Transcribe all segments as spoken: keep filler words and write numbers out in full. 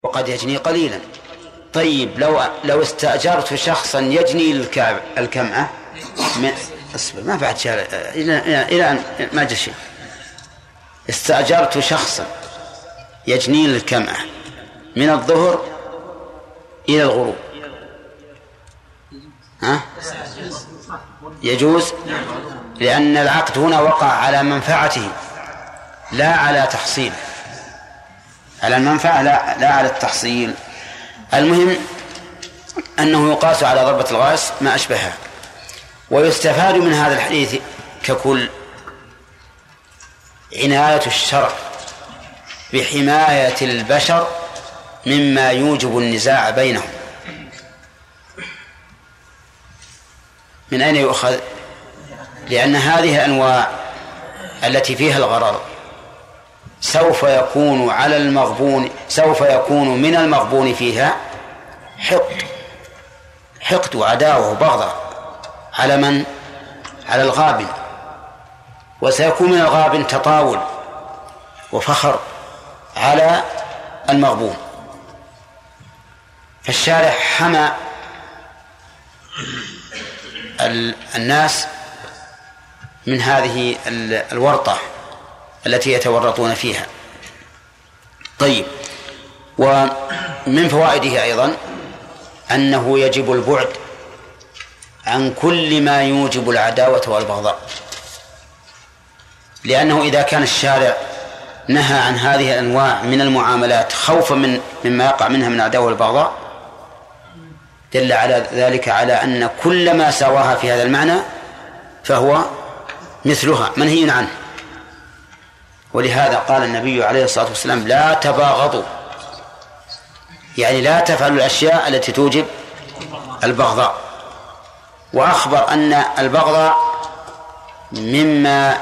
وقد يجني قليلا. طيب لو لو استأجرت شخصا يجني الكمعة اصبر ما بعد شهر إلى إلى أن ما جاء شيء. استأجرت شخصا يجني الكمعة من الظهر إلى الغروب، ها؟ يجوز، لأن العقد هنا وقع على منفعته لا على تحصيل، على المنفعة لا, لا على التحصيل. المهم أنه يقاس على ضربة الغاز ما أشبهها. ويستفاد من هذا الحديث ككل عناية الشرع بحماية البشر مما يوجب النزاع بينهم. من أين يؤخذ؟ لأن هذه الأنواع التي فيها الغرر سوف يكون على المغبون سوف يكون من المغبون فيها حقد حقد وعداوة وبغضة على من؟ على الغابن، وسيكون من الغابن تطاول وفخر على المغبون. فالشارع حمى الناس من هذه الورطة التي يتورطون فيها. طيب، ومن فوائده أيضا أنه يجب البعد عن كل ما يوجب العداوة والبغضاء، لأنه إذا كان الشارع نهى عن هذه الأنواع من المعاملات خوفا من مما يقع منها من العداوة والبغضاء، دل على ذلك على أن كل ما سواها في هذا المعنى فهو مثلها منهي عنه. ولهذا قال النبي عليه الصلاة والسلام: لا تباغضوا، يعني لا تفعلوا الأشياء التي توجب البغضاء. وأخبر أن البغضاء مما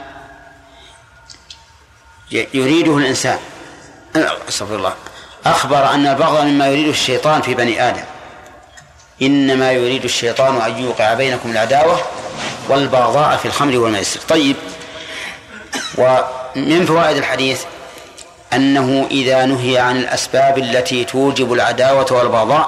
يريده الإنسان، استغفر الله، أخبر أن البغض مما يريده الشيطان في بني آدم، إنما يريد الشيطان أن يوقع بينكم العداوة والبغضاء في الخمر والميسر. طيب، ومن فوائد الحديث أنه إذا نهي عن الأسباب التي توجب العداوة والبغضاء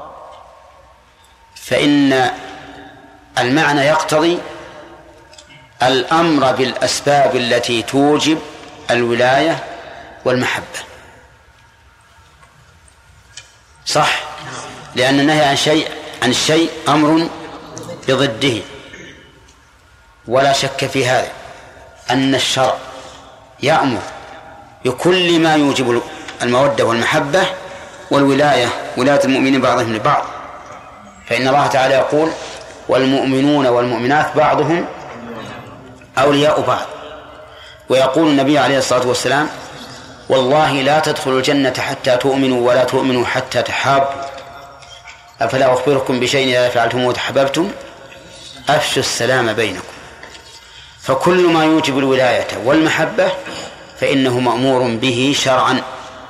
فإن المعنى يقتضي الأمر بالأسباب التي توجب الولاية والمحبة، صح؟ لأن النهي عن شيء عن الشيء أمر بضده. ولا شك في هذا أن الشرع يأمر بكل ما يوجب المودة والمحبة والولاية، ولاية المؤمنين بعضهم لبعض. فإن الله تعالى يقول: والمؤمنون والمؤمنات بعضهم أولياء بعض. ويقول النبي عليه الصلاة والسلام: والله لا تدخلوا الجنة حتى تؤمنوا ولا تؤمنوا حتى تحابوا، أفلا أخبركم بشيء إذا فعلتم وتحببتم أفشوا السلام بينكم. فكل ما يوجب الولاية والمحبة فإنه مأمور به شرعا.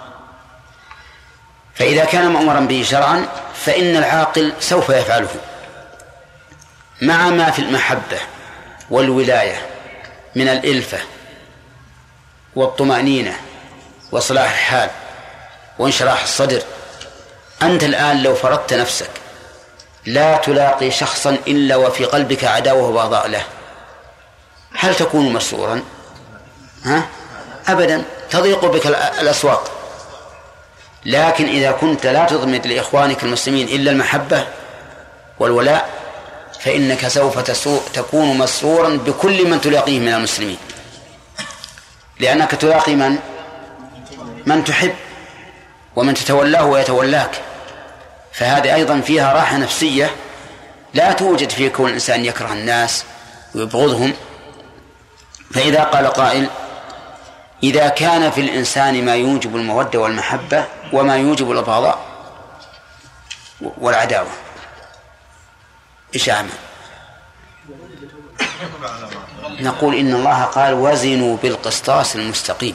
فإذا كان مأمورا به شرعا فإن العاقل سوف يفعله مع ما في المحبة والولاية من الإلفة والطمأنينة وصلاح الحال وانشراح الصدر. أنت الآن لو فرضت نفسك لا تلاقي شخصا إلا وفي قلبك عداوة وبغضاء له، هل تكون مسرورا؟ ها؟ أبدا، تضيق بك الأسواق. لكن إذا كنت لا تضمد لإخوانك المسلمين إلا المحبة والولاء فإنك سوف تكون مسرورا بكل من تلاقيه من المسلمين، لأنك تلاقي من من تحب ومن تتولاه ويتولاك. فهذه أيضا فيها راحة نفسية لا توجد في كون الإنسان يكره الناس ويبغضهم. فإذا قال قائل: إذا كان في الإنسان ما يوجب المودة والمحبة وما يوجب البغضاء والعداوة، إيش أعمل؟ نقول إن الله قال: وزنوا بالقسطاس المستقيم.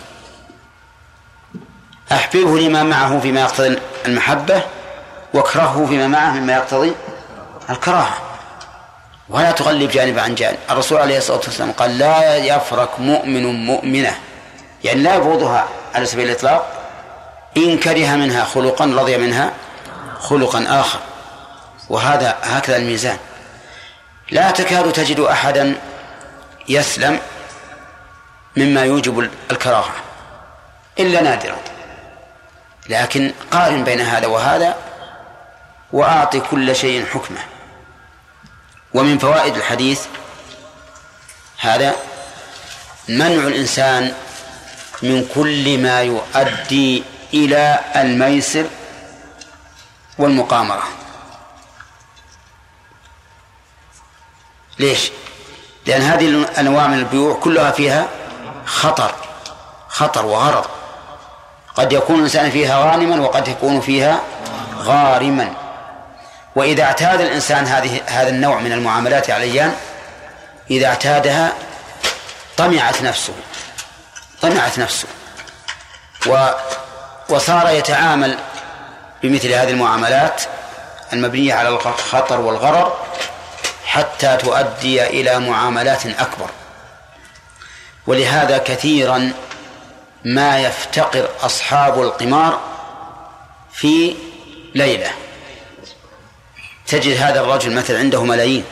أحببه لما معه فيما يقتضي المحبة، واكرهه فيما معه مما يقتضي الكراهة، ولا تغلب جانب عن جانب. الرسول عليه الصلاة والسلام قال: لا يفرق مؤمن مؤمنة، يعني لا يبغضها على سبيل الإطلاق إن كره منها خلقا رضي منها خلقا آخر. وهذا هكذا الميزان. لا تكاد تجد أحدا يسلم مما يوجب الكراهة إلا نادرا، لكن قارن بين هذا وهذا وأعطي كل شيء حكمه. ومن فوائد الحديث هذا منع الإنسان من كل ما يؤدي إلى الميسر والمقامرة. ليش؟ لأن هذه الأنواع من البيوع كلها فيها خطر خطر وغرض. قد يكون الإنسان فيها غانما وقد يكون فيها غارما. وإذا اعتاد الإنسان هذه هذا النوع من المعاملات عليان، إذا اعتادها طمعت نفسه طمعت نفسه و وصار يتعامل بمثل هذه المعاملات المبنية على الخطر والغرر حتى تؤدي إلى معاملات أكبر. ولهذا كثيرا ما يفتقر أصحاب القمار في ليلة. تجد هذا الرجل مثل عنده ملايين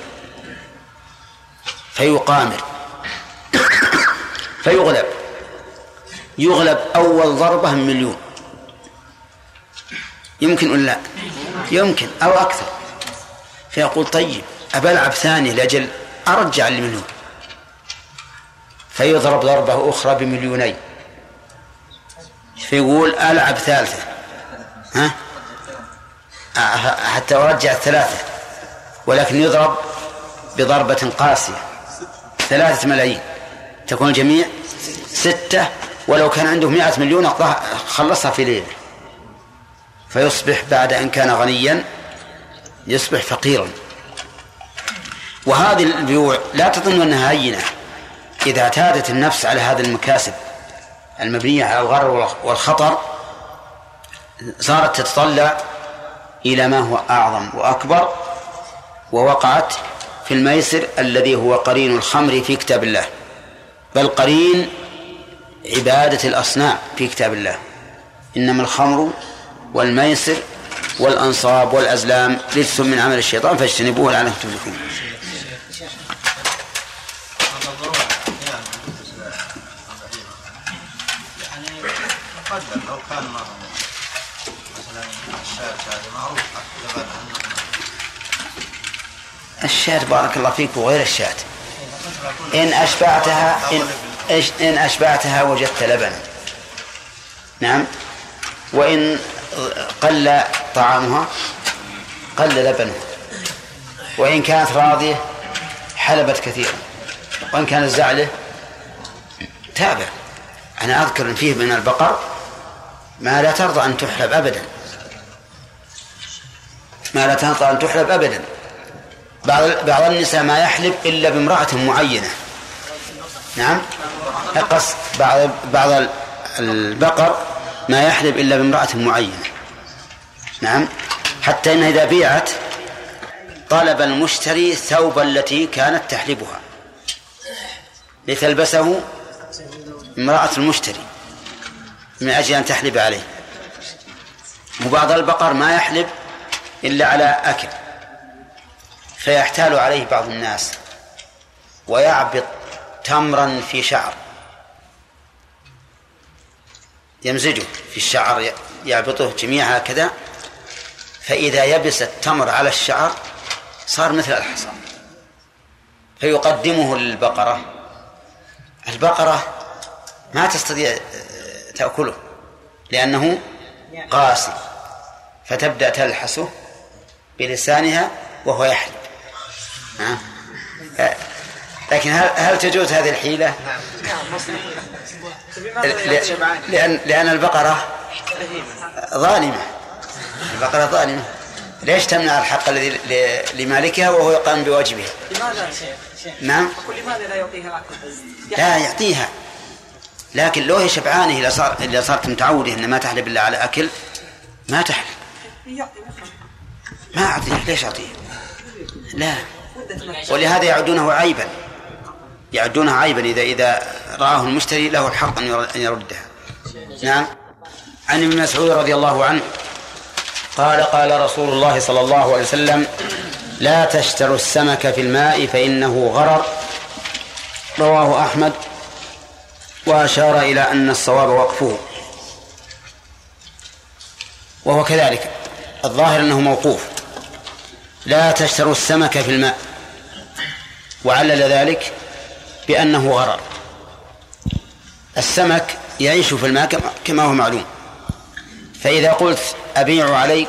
فيقامر فيغلب يغلب أول ضربة من مليون، يمكن ولا لا؟ يمكن أو أكثر. فيقول طيب أبى ألعب ثاني لأجل أرجع المليون، فيضرب ضربة أخرى بمليونين، فيقول ألعب ثالثة ها حتى أرجع الثلاثة، ولكن يضرب بضربة قاسية ثلاثة ملايين، تكون الجميع ستة، ولو كان عنده مئة مليون خلصها في ليلة، فيصبح بعد أن كان غنيا يصبح فقيرا. وهذه البيوع لا تظن أنها هينة. إذا اعتادت النفس على هذه المكاسب المبنية على الغرر والخطر صارت تتطلع إلى ما هو أعظم وأكبر، ووقعت في الميسر الذي هو قرين الخمر في كتاب الله، بل قرين عبادة الأصنام في كتاب الله. إنما الخمر والميسر والأنصاب والأزلام رجس من عمل الشيطان فاجتنبوه لعلكم تفلحون. لو كان مثلا الشاة هذه معروفة لبن الشاة بارك الله فيك وغير الشاة إن أشبعتها إن, إن أشبعتها وجدت لبنا، نعم، وإن قل طعامها قل لبنها، وإن كانت راضية حلبت كثيرا، وإن كانت زعلة تابع. أنا أذكر أن فيه من البقر ما لا ترضى أن تحلب أبدا، ما لا ترضى أن تحلب أبدا. بعض بعض النساء ما يحلب إلا بامرأة معينة، نعم، قص بعض بعض البقر ما يحلب إلا بامرأة معينة، نعم، حتى إن إذا بيعت طلب المشتري ثوب التي كانت تحلبها لتلبسه امرأة المشتري من أجل أن تحلب عليه. وبعض البقر ما يحلب إلا على أكل، فيحتال عليه بعض الناس ويعبط تمرا في شعر، يمزجه في الشعر يعبطه جميعا كذا، فإذا يبس التمر على الشعر صار مثل الحصى، فيقدمه للبقرة. البقرة ما تستطيع تأكله لأنه قاسي، فتبدأ تلحسه بلسانها وهو يحلب. لكن هل, هل تجوز هذه الحيلة؟ لأن, لأن البقرة ظالمة، البقرة ظالمة، ليش تمنع الحق الذي لمالكها وهو يقام بواجبها؟ لماذا نعم، لماذا لا يعطيها أكل؟ لا يعطيها، لكن لو هي شبعانه إذا صار إذا صارت متعودة إن ما تحلب إلا على أكل ما تحلب. ما أعطيه، ليش أعطيه؟ لا، ولهذا يعدونه عيبا، يعدونها عيبا إذا إذا رآه المشتري له الحق أن يردها. نعم، عن ابن مسعود رضي الله عنه قال قال رسول الله صلى الله عليه وسلم لا تشتروا السمك في الماء فإنه غرر. رواه أحمد، وأشار إلى أن الصواب وقفه، وهو كذلك الظاهر أنه موقوف. لا تشتروا السمك في الماء، وعلل ذلك بأنه غرر. السمك يعيش في الماء كما هو معلوم، فإذا قلت أبيع عليك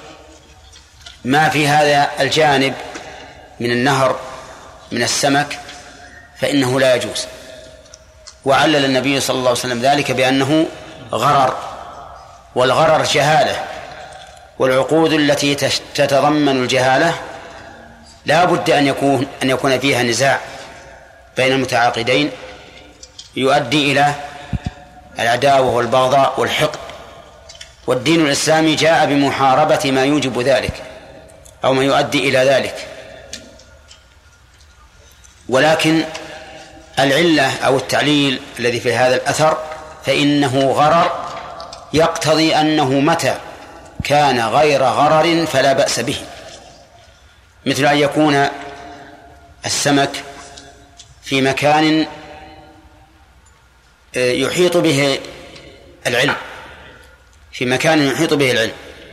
ما في هذا الجانب من النهر من السمك فإنه لا يجوز. وعلل النبي صلى الله عليه وسلم ذلك بأنه غرر، والغرر جهالة، والعقود التي تتضمن الجهالة لا بد أن يكون أن يكون فيها نزاع بين المتعاقدين يؤدي إلى العداوة والبغضاء والحقد، والدين الإسلامي جاء بمحاربة ما يوجب ذلك أو ما يؤدي إلى ذلك. ولكن العلة أو التعليل الذي في هذا الأثر فإنه غرر يقتضي أنه متى كان غير غرر فلا بأس به، مثل أن يكون السمك في مكان يحيط به العلم في مكان يحيط به العلم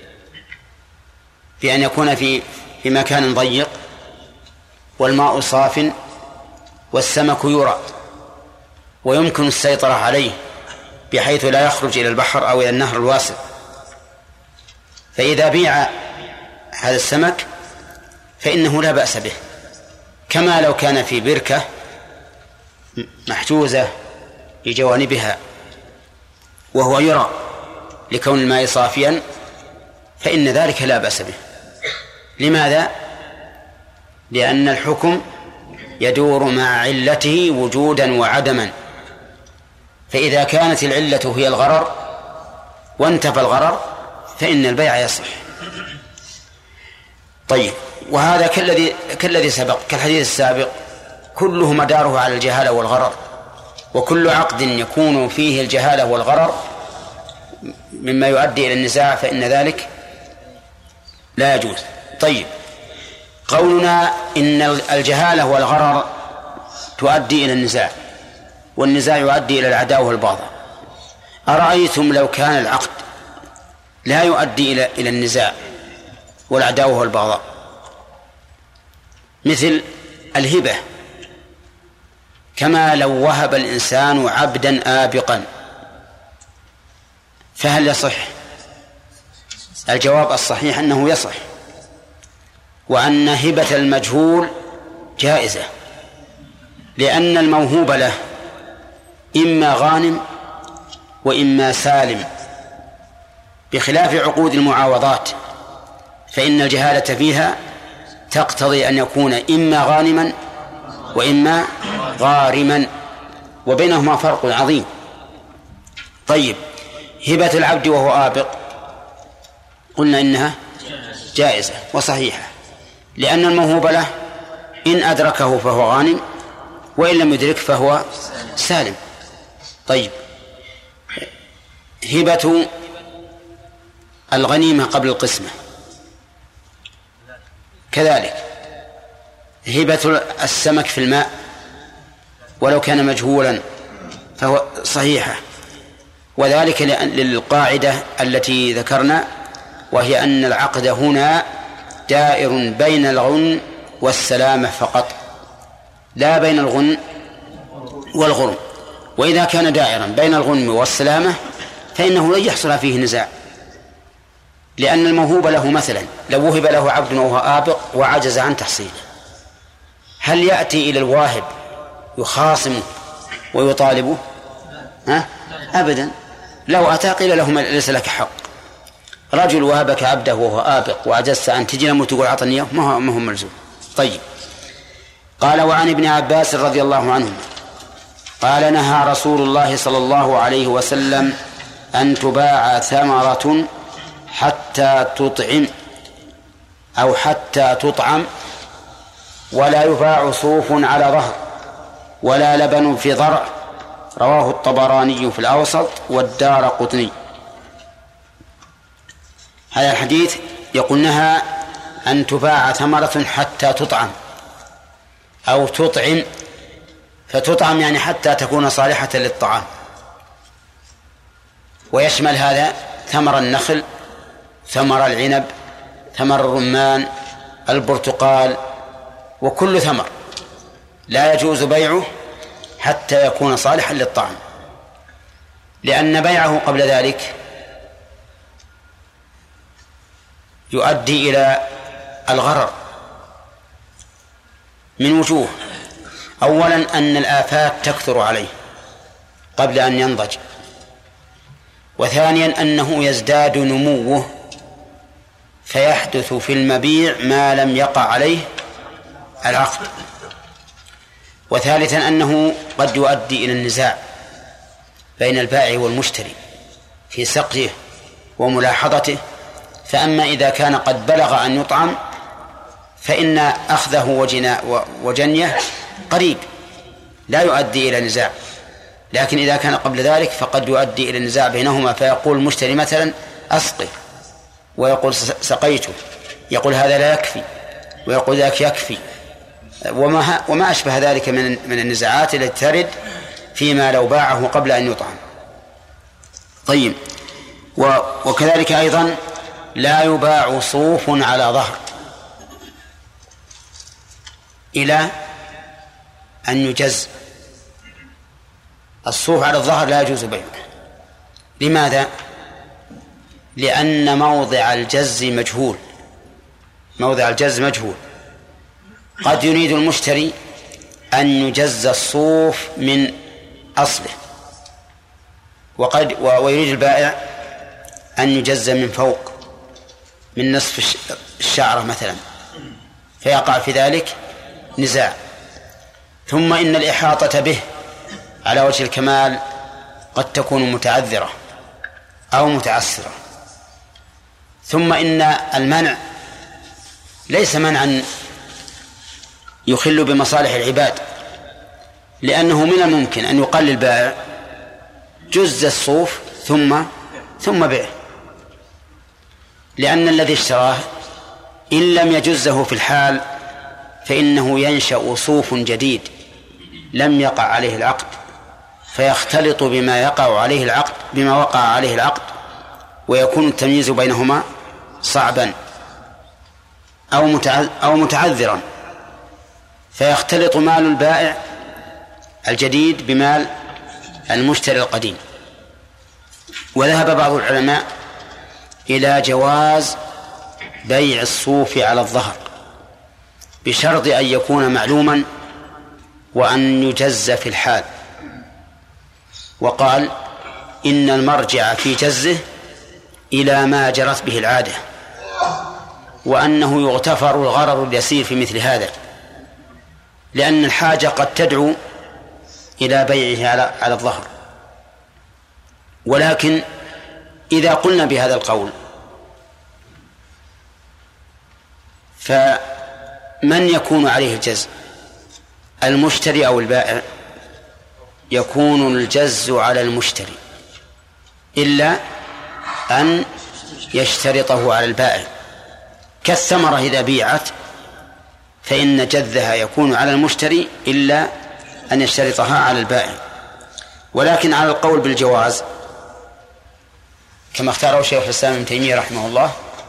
بأن يكون في في مكان ضيق والماء صاف والسمك يرى ويمكن السيطرة عليه بحيث لا يخرج إلى البحر أو إلى النهر الواسع. فإذا بيع هذا السمك فإنه لا بأس به، كما لو كان في بركة محجوزة بجوانبها وهو يرى لكون الماء صافيا، فإن ذلك لا بأس به. لماذا؟ لأن الحكم يدور مع علته وجودا وعدما، فإذا كانت العلة هي الغرر وانتفى الغرر فإن البيع يصح. طيب، وهذا كالذي كالذي سبق كالحديث السابق كله مداره على الجهالة والغرر، وكل عقد يكون فيه الجهالة والغرر مما يؤدي إلى النزاع فإن ذلك لا يجوز. طيب، قولنا إن الجهالة والغرر تؤدي إلى النزاع والنزاع يؤدي إلى العداوة والبغضاء، أرأيتم لو كان العقد لا يؤدي إلى إلى النزاع والعداوة والبغضاء، مثل الهبة، كما لو وهب الإنسان عبدا آبقا فهل يصح؟ الجواب الصحيح أنه يصح، وأن هبة المجهول جائزة، لأن الموهوب له إما غانم وإما سالم، بخلاف عقود المعاوضات فإن الجهالة فيها تقتضي أن يكون إما غانما وإما غارما، وبينهما فرق عظيم. طيب، هبة العبد وهو آبق قلنا إنها جائزة وصحيحة، لأن الموهوب له إن أدركه فهو غانم وإن لم يدرك فهو سالم. طيب، هبة الغنيمة قبل القسمة كذلك، هبة السمك في الماء ولو كان مجهولا فهو صحيحة، وذلك للقاعدة التي ذكرنا، وهي أن العقد هنا دائر بين الغن والسلامة فقط، لا بين الغن والغرم. وإذا كان دائرا بين الغنم والسلامة فإنه لن يحصل فيه نزاع، لأن الموهوب له مثلا لو وهب له عبد وهو آبق وعجز عن تحصيله، هل يأتي إلى الواهب يخاصمه ويطالبه؟ ها؟ أبدا. لو أتى قيل له ليس لك حق. رجل وهبك عبده وهو آبق وعجزت أن تجي له وتقول أعطني إياه، ما هو ما هو ملزوم. طيب، قال وعن ابن عباس رضي الله عنهما قال نهى رسول الله صلى الله عليه وسلم أن تباع ثمرة حتى تطعم أو حتى تطعم، ولا يباع صوف على ظهر ولا لبن في ضرع. رواه الطبراني في الأوسط والدار قطني. هذا الحديث يقول نهى أن تباع ثمرة حتى تطعم أو تطعم، فتطعم يعني حتى تكون صالحة للطعام، ويشمل هذا ثمر النخل، ثمر العنب، ثمر الرمان، البرتقال، وكل ثمر لا يجوز بيعه حتى يكون صالحا للطعام، لأن بيعه قبل ذلك يؤدي إلى الغرر من وجوه. أولا أن الآفات تكثر عليه قبل أن ينضج، وثانيا أنه يزداد نموه فيحدث في المبيع ما لم يقع عليه العقد، وثالثا أنه قد يؤدي إلى النزاع بين البائع والمشتري في سقيه وملاحظته. فأما إذا كان قد بلغ أن يطعم فإن أخذه وجنيه قريب لا يؤدي إلى نزاع، لكن إذا كان قبل ذلك فقد يؤدي إلى النزاع بينهما، فيقول المشتري مثلا أسقي ويقول سقيته، يقول هذا لا يكفي ويقول ذاك يكفي، وما, وما أشبه ذلك من, من النزاعات التي ترد فيما لو باعه قبل أن يطعم. طيب، وكذلك أيضا لا يباع صوف على ظهر إلى أن يجز. الصوف على الظهر لا يجوز بيعه. لماذا؟ لأن موضع الجز مجهول، موضع الجز مجهول. قد يريد المشتري أن يجز الصوف من أصله، وقد ويريد البائع أن يجز من فوق من نصف الشعرة مثلا، فيقع في ذلك نزاع. ثم إن الإحاطة به على وجه الكمال قد تكون متعذرة أو متعسرة. ثم إن المنع ليس منعا يخل بمصالح العباد، لأنه من الممكن أن يقال للبائع جز الصوف ثم ثم بيعه، لأن الذي اشتراه إن لم يجزه في الحال فإنه ينشأ صوف جديد لم يقع عليه العقد، فيختلط بما يقع عليه العقد بما وقع عليه العقد، ويكون التمييز بينهما صعبا أو أو متعذرا، فيختلط مال البائع الجديد بمال المشتري القديم. وذهب بعض العلماء إلى جواز بيع الصوف على الظهر بشرط أن يكون معلوما وأن يجز في الحال، وقال إن المرجع في جزه إلى ما جرت به العادة، وأنه يغتفر الغرر اليسير في مثل هذا، لأن الحاجة قد تدعو إلى بيعه على على الظهر. ولكن إذا قلنا بهذا القول فمن يكون عليه الجز، المشتري أو البائع؟ يكون الجز على المشتري إلا أن يشترطه على البائع، كالثمرة إذا بيعت فإن جذها يكون على المشتري إلا أن يشترطها على البائع. ولكن على القول بالجواز كما اختاره شيخ الإسلام ابن تيمية رحمه الله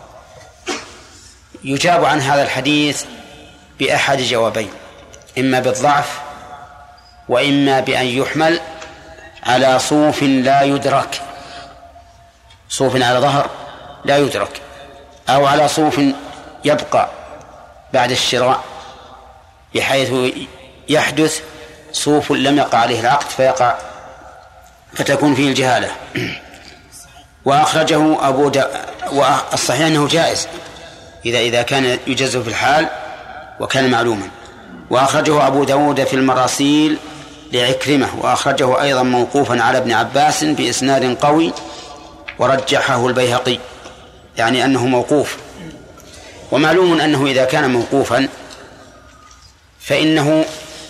يجاب عن هذا الحديث بأحد جوابين، إما بالضعف وإما بأن يحمل على صوف لا يدرك، صوف على ظهر لا يدرك، أو على صوف يبقى بعد الشراء بحيث يحدث صوف لم يقع عليه العقد فيقع فتكون فيه الجهالة. وأخرجه أبو دا والصحيح أنه جائز إذا إذا كان يجزه في الحال وكان معلوما. وأخرجه أبو داود في المراسيل لعكرمة، وأخرجه أيضا موقوفا على ابن عباس بإسناد قوي ورجحه البيهقي، يعني أنه موقوف. ومعلوم أنه إذا كان موقوفا فإنه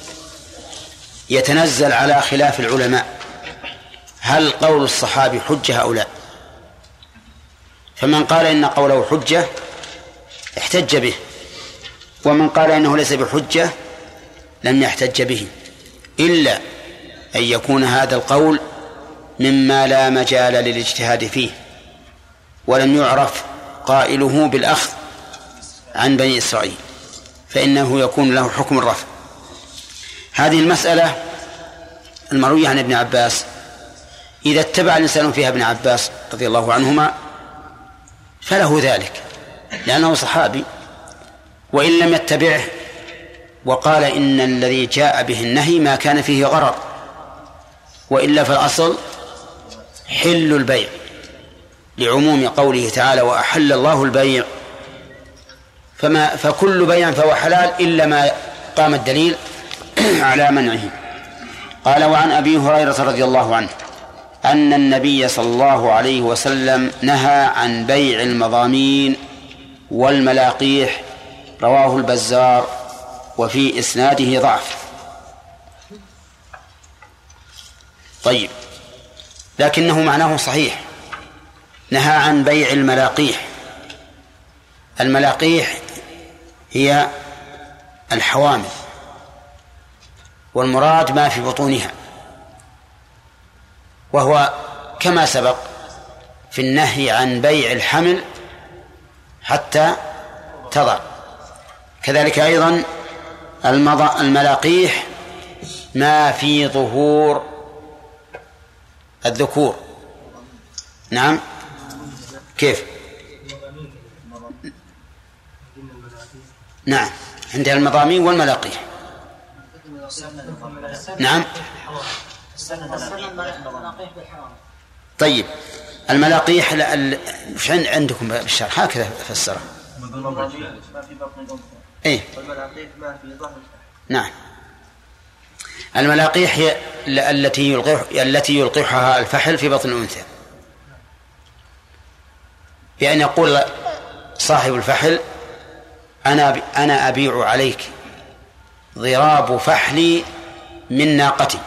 يتنزل على خلاف العلماء هل قول الصحابي حجة أو لا. فمن قال إن قوله حجة احتج به، ومن قال إنه ليس بحجة لم يحتج به، إلا أن يكون هذا القول مما لا مجال للاجتهاد فيه ولم يعرف قائله بالأخذ عن بني إسرائيل، فإنه يكون له حكم الرفع. هذه المسألة المروية عن ابن عباس إذا اتبع الإنسان فيها ابن عباس رضي الله عنهما فله ذلك لأنه صحابي، وإن لم يتبعه وقال إن الذي جاء به النهي ما كان فيه غرر، وإلا فالأصل حل البيع لعموم قوله تعالى وأحل الله البيع، فما فكل بيع فهو حلال إلا ما قام الدليل على منعه. قال وعن أبي هريرة رضي الله عنه أن النبي صلى الله عليه وسلم نهى عن بيع المضامين والملاقيح، رواه البزار وفي إسناده ضعف. طيب، لكنه معناه صحيح، نهى عن بيع الملاقيح. الملاقيح هي الحوامل، والمراد ما في بطونها، وهو كما سبق في النهي عن بيع الحمل حتى تضع، كذلك أيضا الملاقيح ما في ظهور الذكور. نعم، كيف؟ نعم، عندها المضامين والملاقيح. نعم. طيب، الملاقيح وش عندكم بالشرح هكذا فسره؟ ايه، نعم. الملاقيح هي التي يلقح التي يلقحها الفحل في بطن الأنثى، بأن يقول صاحب الفحل أنا أنا أبيع عليك ضراب فحلي من ناقتي،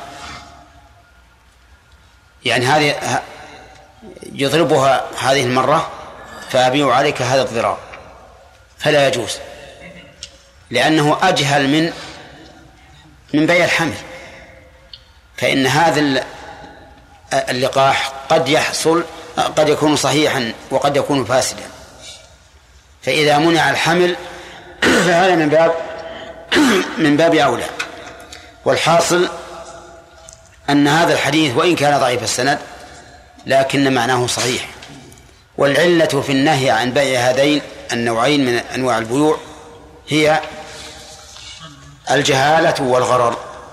يعني هذه يضربها هذه المرة فأبيع عليك هذا الضراب، فلا يجوز، لأنه أجهل من من بيع الحمل. فإن هذا اللقاح قد يحصل، قد يكون صحيحا وقد يكون فاسدا، فإذا منع الحمل فهذا من باب من باب أولى. والحاصل أن هذا الحديث وإن كان ضعيف السند لكن معناه صحيح. والعلة في النهي عن بيع هذين النوعين من أنواع البيوع هي الجهالة والغرر.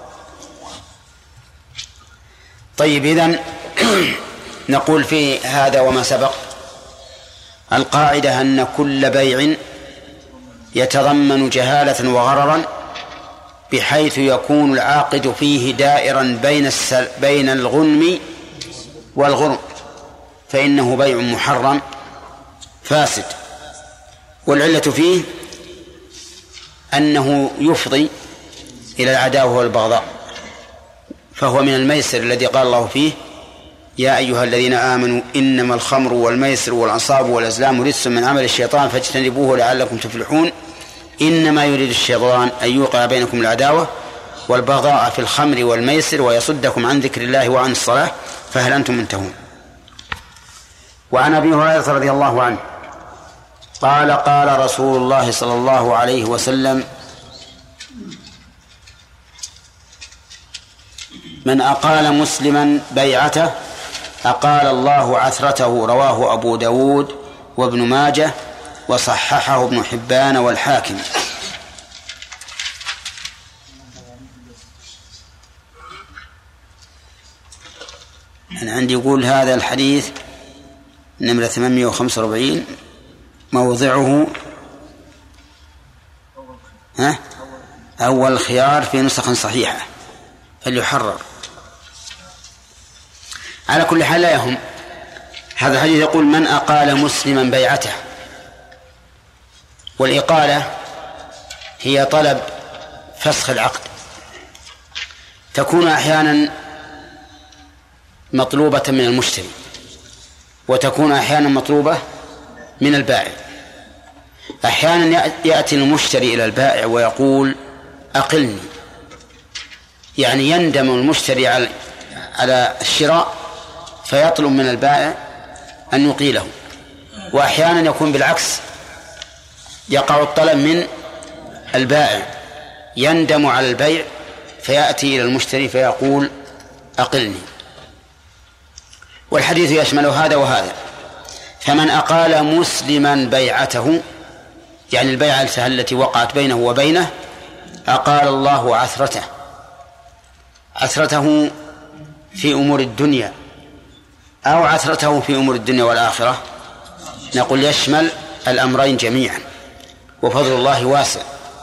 طيب، إذن نقول في هذا وما سبق القاعدة أن كل بيع يتضمن جهالة وغررا بحيث يكون العاقد فيه دائرا بين السل بين الغنم والغرم فإنه بيع محرم فاسد. والعلة فيه أنه يفضي إلى العداوة والبغضاء، فهو من الميسر الذي قال الله فيه يا أيها الذين آمنوا إنما الخمر والميسر والأنصاب والأزلام رجس من عمل الشيطان فاجتنبوه لعلكم تفلحون إنما يريد الشيطان أن يوقع بينكم العداوة والبغضاء في الخمر والميسر ويصدكم عن ذكر الله وعن الصلاة فهل أنتم منتهون. وعن أبي هريرة رضي الله عنه قال قال رسول الله صلى الله عليه وسلم من أقال مسلما بيعته أقال الله عثرته، رواه أبو داود وابن ماجه وصححه ابن حبان والحاكم. أنا عندي يقول هذا الحديث نمرة ثمانمائة وخمسة وأربعين موضعه ها أول الخيار في نسخ صحيحة فليحرر. على كل حال لا يهم، هذا الحديث يقول من أقال مسلما بيعته، والإقالة هي طلب فسخ العقد، تكون أحيانا مطلوبة من المشتري وتكون أحيانا مطلوبة من البائع. أحيانا يأتي المشتري إلى البائع ويقول أقلني، يعني يندم المشتري على الشراء فيطلب من البائع أن يقيله. وأحيانا يكون بالعكس، يقع الطلب من البائع يندم على البيع فيأتي إلى المشتري فيقول أقلني. والحديث يشمل هذا وهذا. فمن أقال مسلما بيعته، يعني البيعة التي وقعت بينه وبينه، أقال الله عثرته عثرته في أمور الدنيا أو عثرته في أمور الدنيا والآخرة، نقول يشمل الأمرين جميعا، وفضل الله واسع.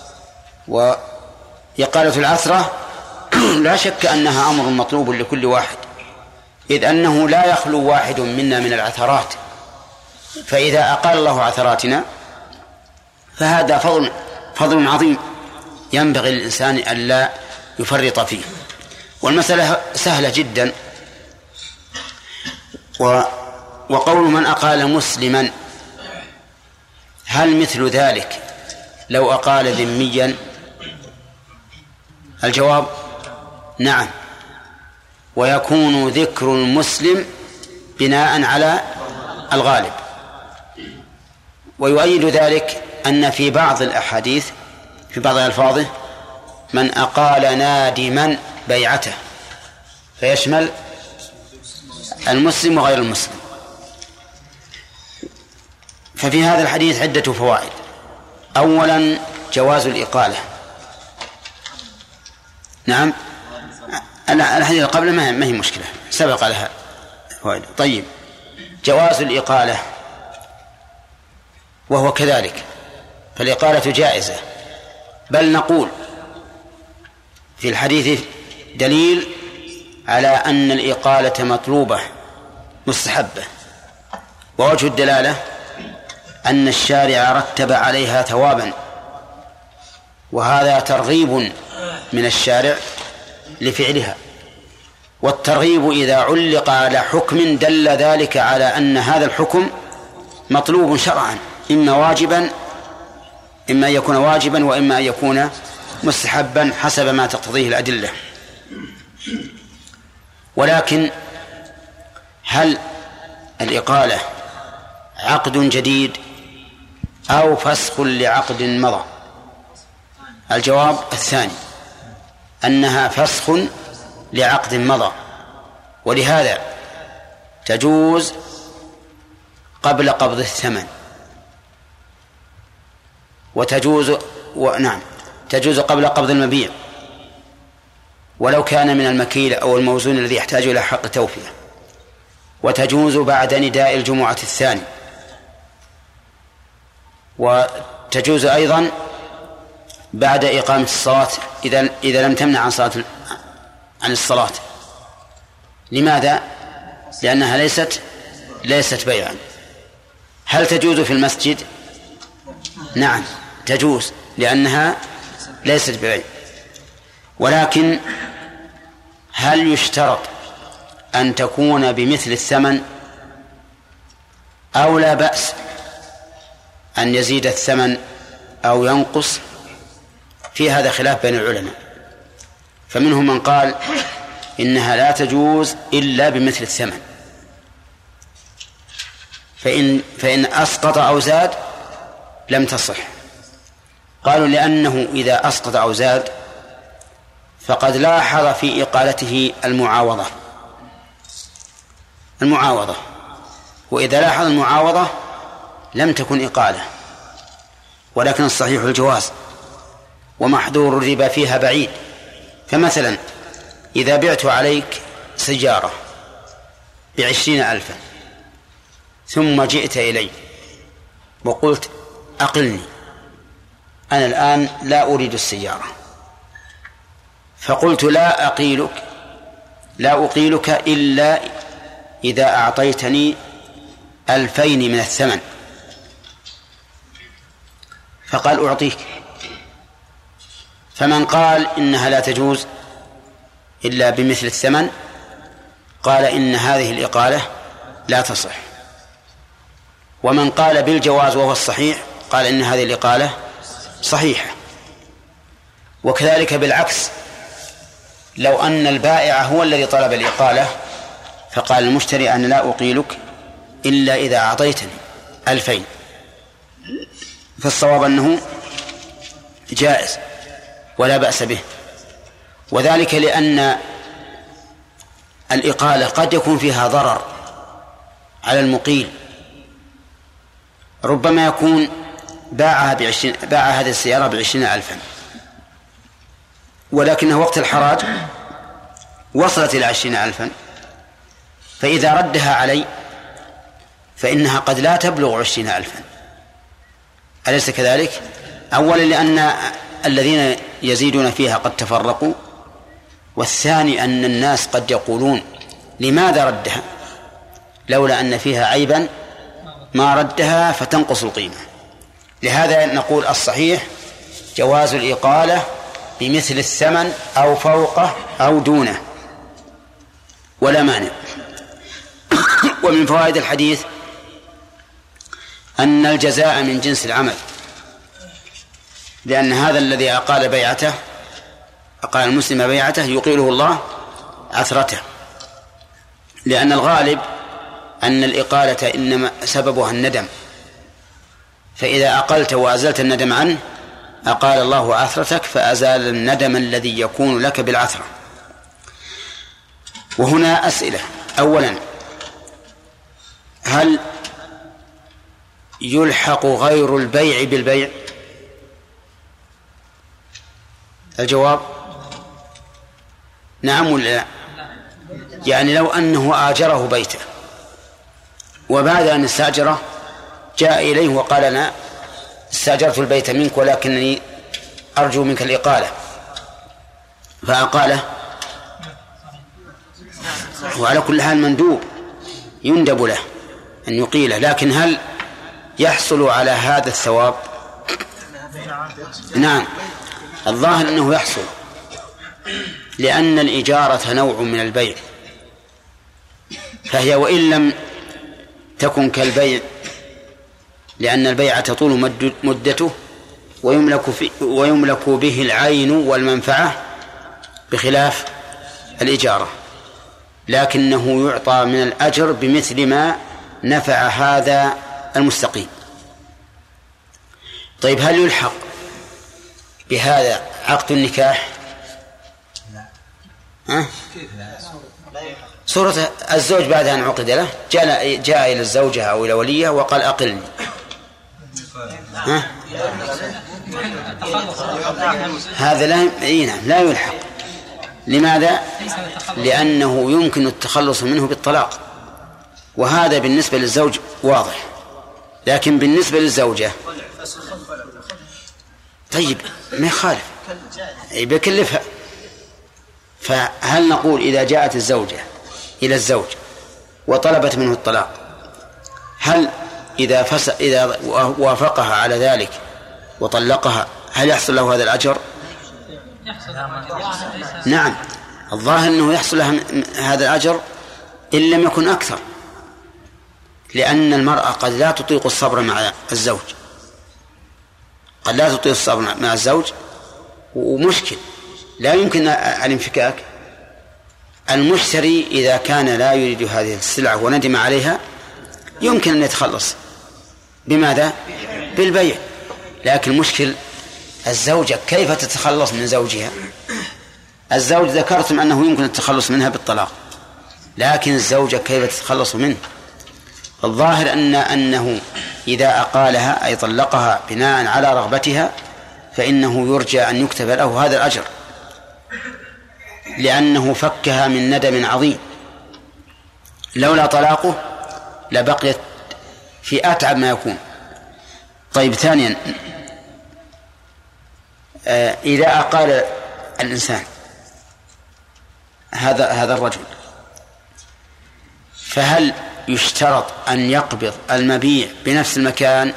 وإقالة العثرة لا شك أنها أمر مطلوب لكل واحد، إذ أنه لا يخلو واحد منا من العثرات، فإذا أقال الله عثراتنا فهذا فضل فضل عظيم ينبغي للإنسان ألا يفرط فيه. والمسألة سهلة جدا. وقول من أقال مسلما، هل مثل ذلك لو أقال ذميا؟ الجواب نعم، ويكون ذكر المسلم بناء على الغالب. ويؤيد ذلك أن في بعض الأحاديث في بعض ألفاظه من أقال نادما بيعته، فيشمل المسلم وغير المسلم. ففي هذا الحديث عدة فوائد. أولا جواز الإقالة. نعم، الحديث قبل ما هي مشكلة، سبق لها فوائد. طيب، جواز الإقالة وهو كذلك، فالإقالة جائزة، بل نقول في الحديث دليل على أن الإقالة مطلوبة مستحبة. ووجه الدلالة أن الشارع رتب عليها ثوابا، وهذا ترغيب من الشارع لفعلها. والترغيب إذا علق على حكم دل ذلك على أن هذا الحكم مطلوب شرعا، إما واجبا إما أن يكون واجبا وإما أن يكون مستحبا حسب ما تقتضيه الأدلة. ولكن هل الإقالة عقد جديد أو فسخ لعقد مضى؟ الجواب الثاني، أنها فسخ لعقد مضى، ولهذا تجوز قبل قبض الثمن، وتجوز ونعم تجوز قبل قبض المبيع ولو كان من المكيل أو الموزون الذي يحتاج إلى حق توفية، وتجوز بعد نداء الجمعة الثاني، وتجوز أيضا بعد إقامة الصلاة إذا إذا لم تمنع عن صلاة عن الصلاة. لماذا؟ لأنها ليست ليست بيعا. هل تجوز في المسجد؟ نعم تجوز، لأنها ليست ببيع. ولكن هل يشترط أن تكون بمثل الثمن أو لا بأس أن يزيد الثمن أو ينقص؟ في هذا خلاف بين العلماء، فمنهم من قال إنها لا تجوز إلا بمثل الثمن، فإن, فإن أسقط أو زاد لم تصح. قالوا لأنه إذا أسقط أو زاد فقد لاحظ في إقالته المعاوضة المعاوضة وإذا لاحظ المعاوضة لم تكن إقالة. ولكن الصحيح الجواز، ومحذور الربا فيها بعيد. فمثلا إذا بعت عليك سيارة بعشرين ألفا ثم جئت إلي وقلت أقلني، أنا الآن لا أريد السيارة، فقلت لا أقيلك لا أقيلك إلا إذا أعطيتني ألفين من الثمن، فقال أعطيك. فمن قال إنها لا تجوز إلا بمثل الثمن قال إن هذه الإقالة لا تصح. ومن قال بالجواز وهو الصحيح قال إن هذه الإقالة صحيحة. وكذلك بالعكس، لو أن البائع هو الذي طلب الإقالة فقال المشتري أنا لا أقيلك إلا إذا أعطيتني ألفين، فالصواب أنه جائز ولا بأس به. وذلك لأن الإقالة قد يكون فيها ضرر على المقيل، ربما يكون باعها بعشرين باع هذه السيارة بعشرين ألفا، ولكنه وقت الحراج وصلت إلى عشرين ألفا، فإذا ردها علي فإنها قد لا تبلغ عشرين ألفا. أليس كذلك؟ أولا لأن الذين يزيدون فيها قد تفرقوا، والثاني أن الناس قد يقولون لماذا ردها لولا أن فيها عيبا ما ردها فتنقص القيمة. لهذا نقول الصحيح جواز الإقالة بمثل الثمن أو فوقه أو دونه ولا مانع. ومن فوائد الحديث أن الجزاء من جنس العمل، لأن هذا الذي أقال بيعته أقال المسلم بيعته يقيله الله عثرته، لأن الغالب أن الإقالة إنما سببها الندم، فإذا أقلت وأزلت الندم عنه أقال الله عثرتك فأزال الندم الذي يكون لك بالعثرة. وهنا أسئلة. أولا، هل يلحق غير البيع بالبيع؟ الجواب نعم ولا لا؟ يعني لو أنه آجره بيته وبعد أن استأجره جاء إليه وقال أنا استأجرت البيت منك ولكنني أرجو منك الإقالة، فأقاله، وعلى كل حال مندوب يندب له أن يقيله، لكن هل يحصل على هذا الثواب؟ نعم، الظاهر أنه يحصل، لأن الإجارة نوع من البيع، فهي وإن لم تكن كالبيع، لأن البيع تطول مدته ويملك, في ويملك به العين والمنفعة بخلاف الإجارة، لكنه يعطى من الأجر بمثل ما نفع هذا المستقيم. طيب، هل يلحق بهذا عقد النكاح؟ ها؟ صورة الزوج بعد أن عقد له جاء, جاء إلى الزوجة أو إلى وليه وقال أقلني، ها؟ هذا لا لا يلحق. لماذا؟ لأنه يمكن التخلص منه بالطلاق، وهذا بالنسبة للزوج واضح، لكن بالنسبة للزوجة طيب ما يخالف بيكلفها. فهل نقول إذا جاءت الزوجة إلى الزوج وطلبت منه الطلاق، هل إذا فس إذا وافقها على ذلك وطلقها هل يحصل له هذا الأجر؟ نعم، الظاهر أنه يحصل له هذا الأجر إن لم يكن أكثر، لأن المرأة قد لا تطيق الصبر مع الزوج، قد لا تطيق الصبر مع الزوج، ومشكل لا يمكن الانفكاك. المشتري إذا كان لا يريد هذه السلعة وندم عليها يمكن أن يتخلص بماذا؟ بالبيع. لكن مشكل الزوجة كيف تتخلص من زوجها؟ الزوج ذكرتم أنه يمكن التخلص منها بالطلاق، لكن الزوجة كيف تتخلص منه؟ الظاهر أن أنه إذا أقالها أي طلقها بناء على رغبتها فإنه يرجى أن يكتب له هذا الأجر، لأنه فكها من ندم عظيم، لولا طلاقه لبقيت في أتعب ما يكون. طيب، ثانيا، آه إذا أقال الإنسان هذا هذا الرجل، فهل يشترط أن يقبض المبيع بنفس المكان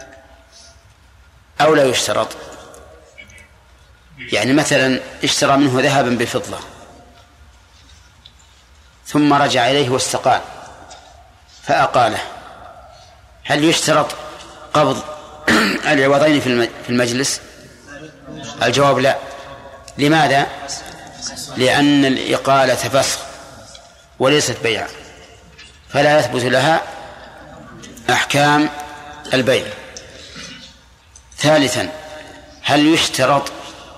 أو لا يشترط؟ يعني مثلا اشترى منه ذهبا بفضة ثم رجع إليه واستقال فأقاله، هل يشترط قبض العوضين في المجلس؟ الجواب لا. لماذا؟ لأن الإقالة فسخ وليست بيع، فلا يثبت لها أحكام البيع. ثالثا، هل يشترط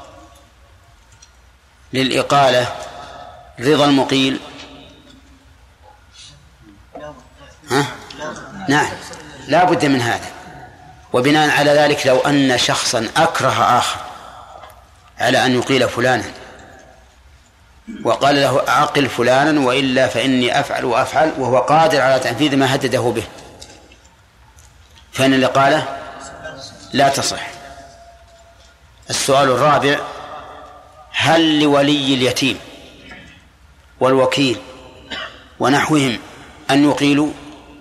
للإقالة رضا المقيل؟ ها؟ نعم، لا بد من هذا. وبناء على ذلك لو أن شخصا أكره آخر على أن يقيل فلانا وقال له أعقل فلانا وإلا فإني أفعل وأفعل، وهو قادر على تنفيذ ما هدده به، فإن الإقالة لا تصح. السؤال الرابع، هل لولي اليتيم والوكيل ونحوهم أن يقيلوا؟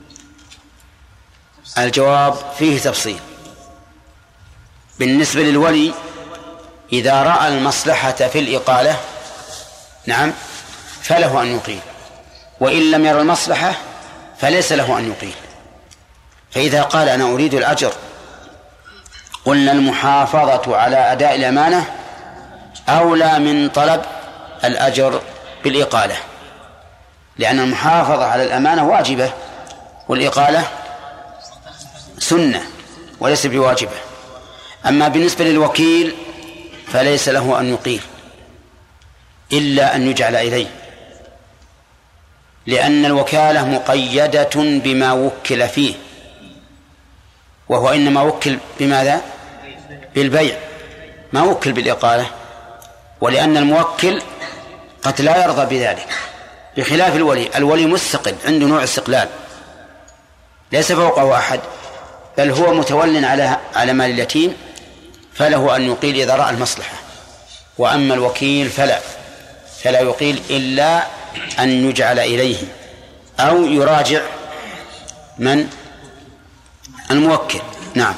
الجواب فيه تفصيل. بالنسبة للولي إذا رأى المصلحة في الإقالة نعم فله أن يقيل، وإن لم يرى المصلحة فليس له أن يقيل. فإذا قال أنا أريد الأجر قلنا المحافظة على أداء الأمانة أولى من طلب الأجر بالإقالة، لأن المحافظة على الأمانة واجبة والإقالة سنة وليس بواجبة. أما بالنسبة للوكيل فليس له أن يقيل إلا أن يجعل إليه، لأن الوكالة مقيدة بما وكل فيه، وهو إنما وكل بماذا؟ بالبيع، ما وكل بالإقالة. ولأن الموكل قد لا يرضى بذلك، بخلاف الولي. الولي مستقل، عنده نوع استقلال، ليس فوقه أحد، بل هو متول على على مال اليتيم، فله أن يقيل إذا رأى المصلحة. وأما الوكيل فلا فلا يقيل إلا أن يجعل إليه أو يراجع من الموكل. نعم.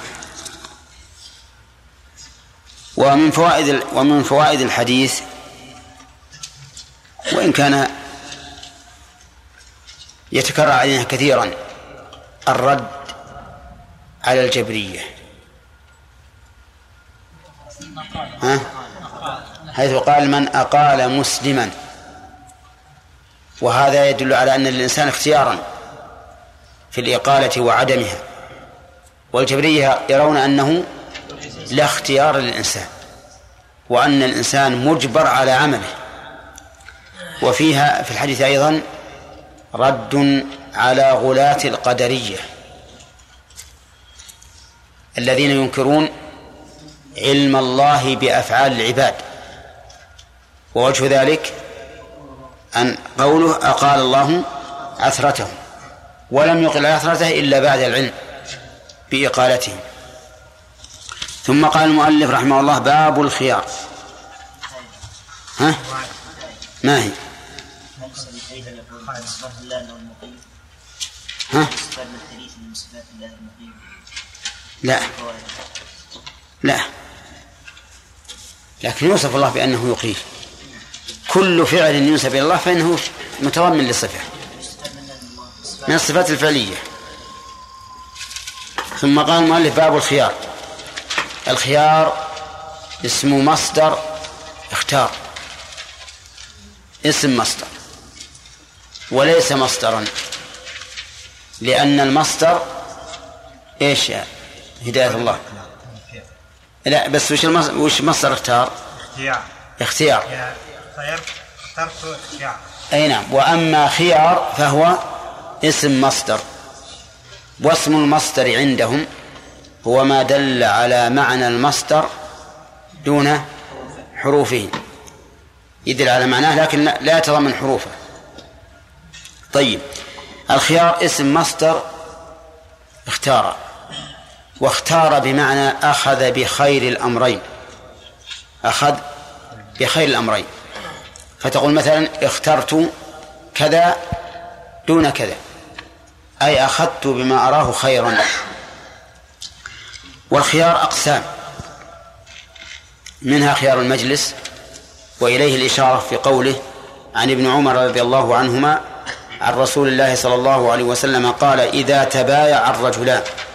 ومن فوائد ومن فوائد الحديث، وإن كان يتكرر عليها كثيرا، الرد على الجبرية، ها؟ حيث قال من أقال مسلما، وهذا يدل على أن للإنسان اختيارا في الإقالة وعدمها، والجبرية يرون أنه لا اختيار للإنسان، وأن الإنسان مجبر على عمله. وفيها في الحديث أيضا رد على غلاة القدرية الذين ينكرون علم الله بأفعال العباد، ووجه ذلك أن قوله أقال الله عثرته، ولم يقل عثرته إلا بعد العلم بإقالته. ثم قال المؤلف رحمه الله باب الخيار. ها؟ ما هي؟ ها؟ لا لا لكن يوصف الله بأنه يقيل. كل فعل ينسب إلى الله فإنه متضمن للصفة من الصفات الفعلية. ثم قال المؤلف باب الخيار. الخيار اسم مصدر اختار، اسم مصدر وليس مصدرا، لأن المصدر ايش يا هداية الله؟ لا بس وش المصدر؟ وش مصدر اختار؟ اختيار. اختيار. اخترت اختيار. اي نعم. واما خيار فهو اسم مصدر، واسم المصدر عندهم هو ما دل على معنى المصدر دون حروفه، يدل على معناه لكن لا يتضمن حروفه. طيب، الخيار اسم مصدر اختار، واختار بمعنى أخذ بخير الأمرين، أخذ بخير الأمرين. فتقول مثلا اخترت كذا دون كذا، أي أخذت بما أراه خيرا. والخيار أقسام، منها خيار المجلس، وإليه الإشارة في قوله عن ابن عمر رضي الله عنهما عن رسول الله صلى الله عليه وسلم قال إذا تبايع الرجلان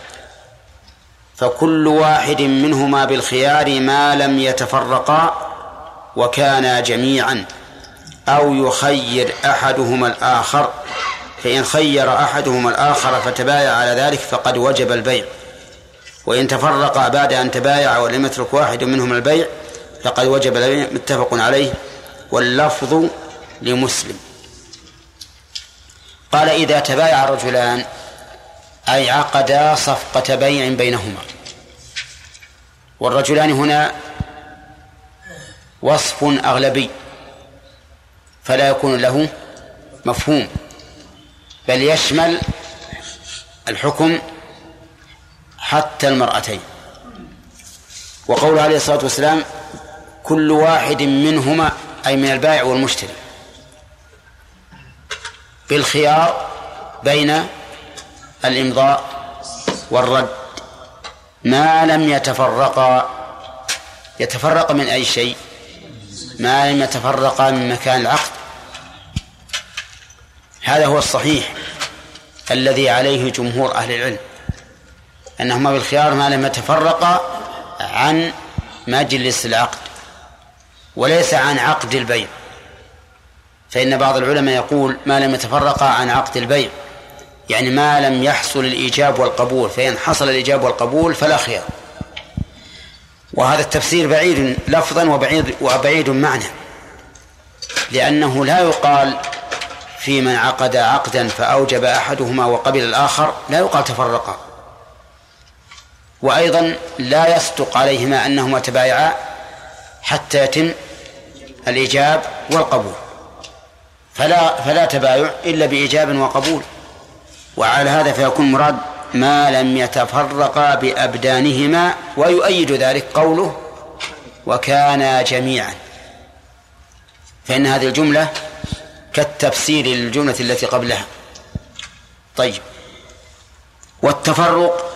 فكل واحد منهما بالخيار ما لم يتفرقا وكانا جميعا، أو يخير أحدهما الآخر، فإن خير أحدهما الآخر فتبايع على ذلك فقد وجب البيع، وإن تفرقا بعد أن تبايع ولم يترك واحد منهما البيع فقد وجب البيع. متفق عليه. واللفظ لمسلم. قال: إذا تبايع الرجلان أي عقدا صفقة بيع بينهما. والرجلان هنا وصف أغلبي فلا يكون له مفهوم، بل يشمل الحكم حتى المرأتين. وقوله عليه الصلاة والسلام: كل واحد منهما، أي من البائع والمشتري، بالخيار بين الإمضاء والرد ما لم يتفرقا. يتفرق من أي شيء؟ ما لم يتفرقا من مكان العقد. هذا هو الصحيح الذي عليه جمهور أهل العلم، أنهما بالخيار ما لم يتفرقا عن مجلس العقد وليس عن عقد البيع. فإن بعض العلماء يقول ما لم يتفرقا عن عقد البيع، يعني ما لم يحصل الإيجاب والقبول، فإن حصل الإيجاب والقبول فلا خيار. وهذا التفسير بعيد لفظا وبعيد, وبعيد معنى، لأنه لا يقال في من عقد عقدا فأوجب أحدهما وقبل الآخر لا يقال تفرقا، وأيضا لا يصدق عليهما أنهما تبايعا حتى يتم الإيجاب والقبول، فلا, فلا تبايع إلا بإيجاب وقبول. وعلى هذا فيكون مراد ما لم يتفرقا بأبدانهما، ويؤيد ذلك قوله: وكانا جميعا، فإن هذه الجملة كالتفسير للجملة التي قبلها. طيب، والتفرق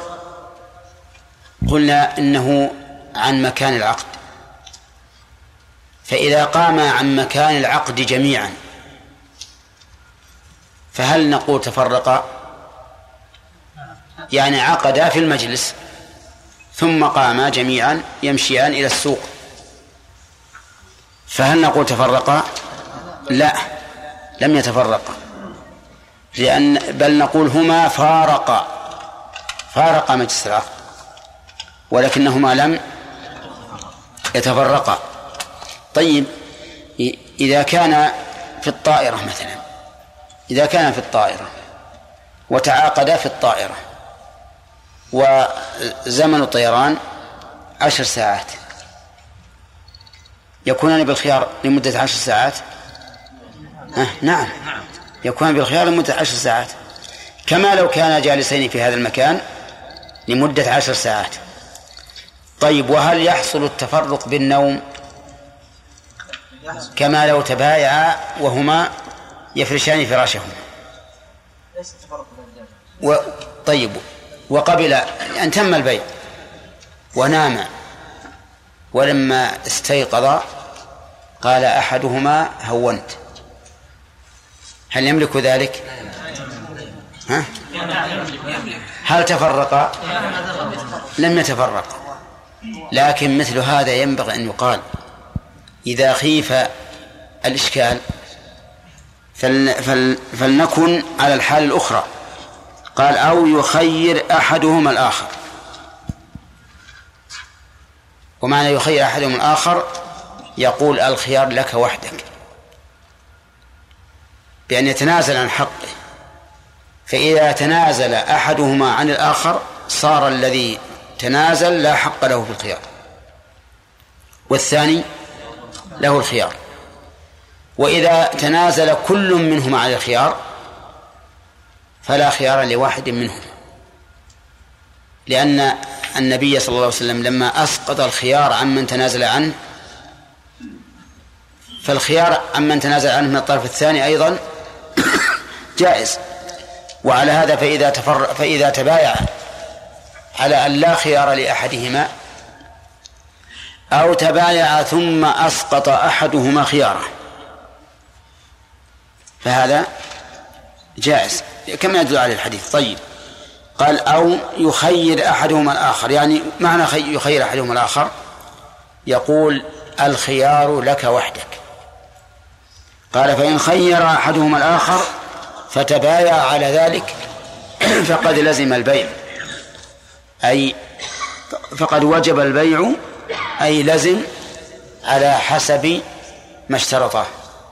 قلنا إنه عن مكان العقد، فإذا قام عن مكان العقد جميعا فهل نقول تفرقا؟ يعني عقدا في المجلس ثم قاما جميعا يمشيان إلى السوق، فهل نقول تفرقا؟ لا، لم يتفرقا، لأن بل نقول هما فارقا فارقا مجلس العقد، ولكنهما لم يتفرقا. طيب، إذا كان في الطائرة مثلا، إذا كان في الطائرة وتعاقدا في الطائرة وزمن الطيران عشر ساعات، يكونان بالخيار لمدة عشر ساعات؟ أه نعم، يكون بالخيار لمدة عشر ساعات، كما لو كانا جالسين في هذا المكان لمدة عشر ساعات. طيب، وهل يحصل التفرق بالنوم كما لو تبايعا وهما يفرشان فراشهما؟ و... طيب، وقبل أن تم البيع ونام، ولما استيقظ قال أحدهما هونت، هل يملك ذلك؟ ها؟ هل تفرق؟ لم يتفرق. لكن مثل هذا ينبغي أن يقال إذا خيف الإشكال فل فل فلنكن على الحال الأخرى. قال: أو يخير أحدهما الآخر. ومعنى يخير أحدهما الآخر يقول الخيار لك وحدك بأن يتنازل عن حقه، فإذا تنازل أحدهما عن الآخر صار الذي تنازل لا حق له في الخيار، والثاني له الخيار. وإذا تنازل كل منهما عن الخيار فلا خيار لواحد منهم، لأن النبي صلى الله عليه وسلم لما أسقط الخيار عن من تنازل عنه، فالخيار عن من تنازل عنه من الطرف الثاني أيضا جائز. وعلى هذا فإذا, تفر فإذا تبايع على أن لا خيار لأحدهما أو تبايع ثم أسقط أحدهما خياره فهذا جائز كما يدل عليه الحديث. طيب، قال أو يخير أحدهما الآخر، يعني معنى يخير أحدهما الآخر يقول الخيار لك وحدك. قال فإن خير أحدهما الآخر فتبايع على ذلك فقد لزم البيع، أي فقد وجب البيع، أي لزم على حسب ما اشترطه.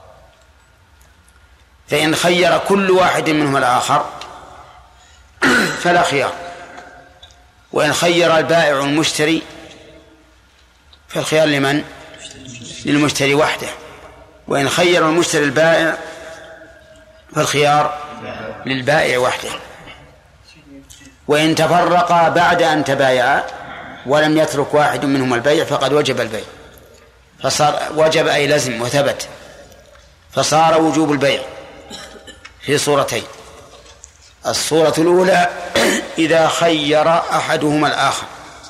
فإن خير كل واحد منهما الآخر فلا خيار، وإن خير البائع المشتري فالخيار لمن؟ للمشتري وحده، وإن خير المشتري البائع فالخيار للبائع وحده. وإن تفرقا بعد أن تبايعا ولم يترك واحد منهما البيع فقد وجب البيع، فصار وجب أي لزم وثبت، فصار وجوب البيع في صورتين. الصورة الأولى إذا خير أحدهما الآخر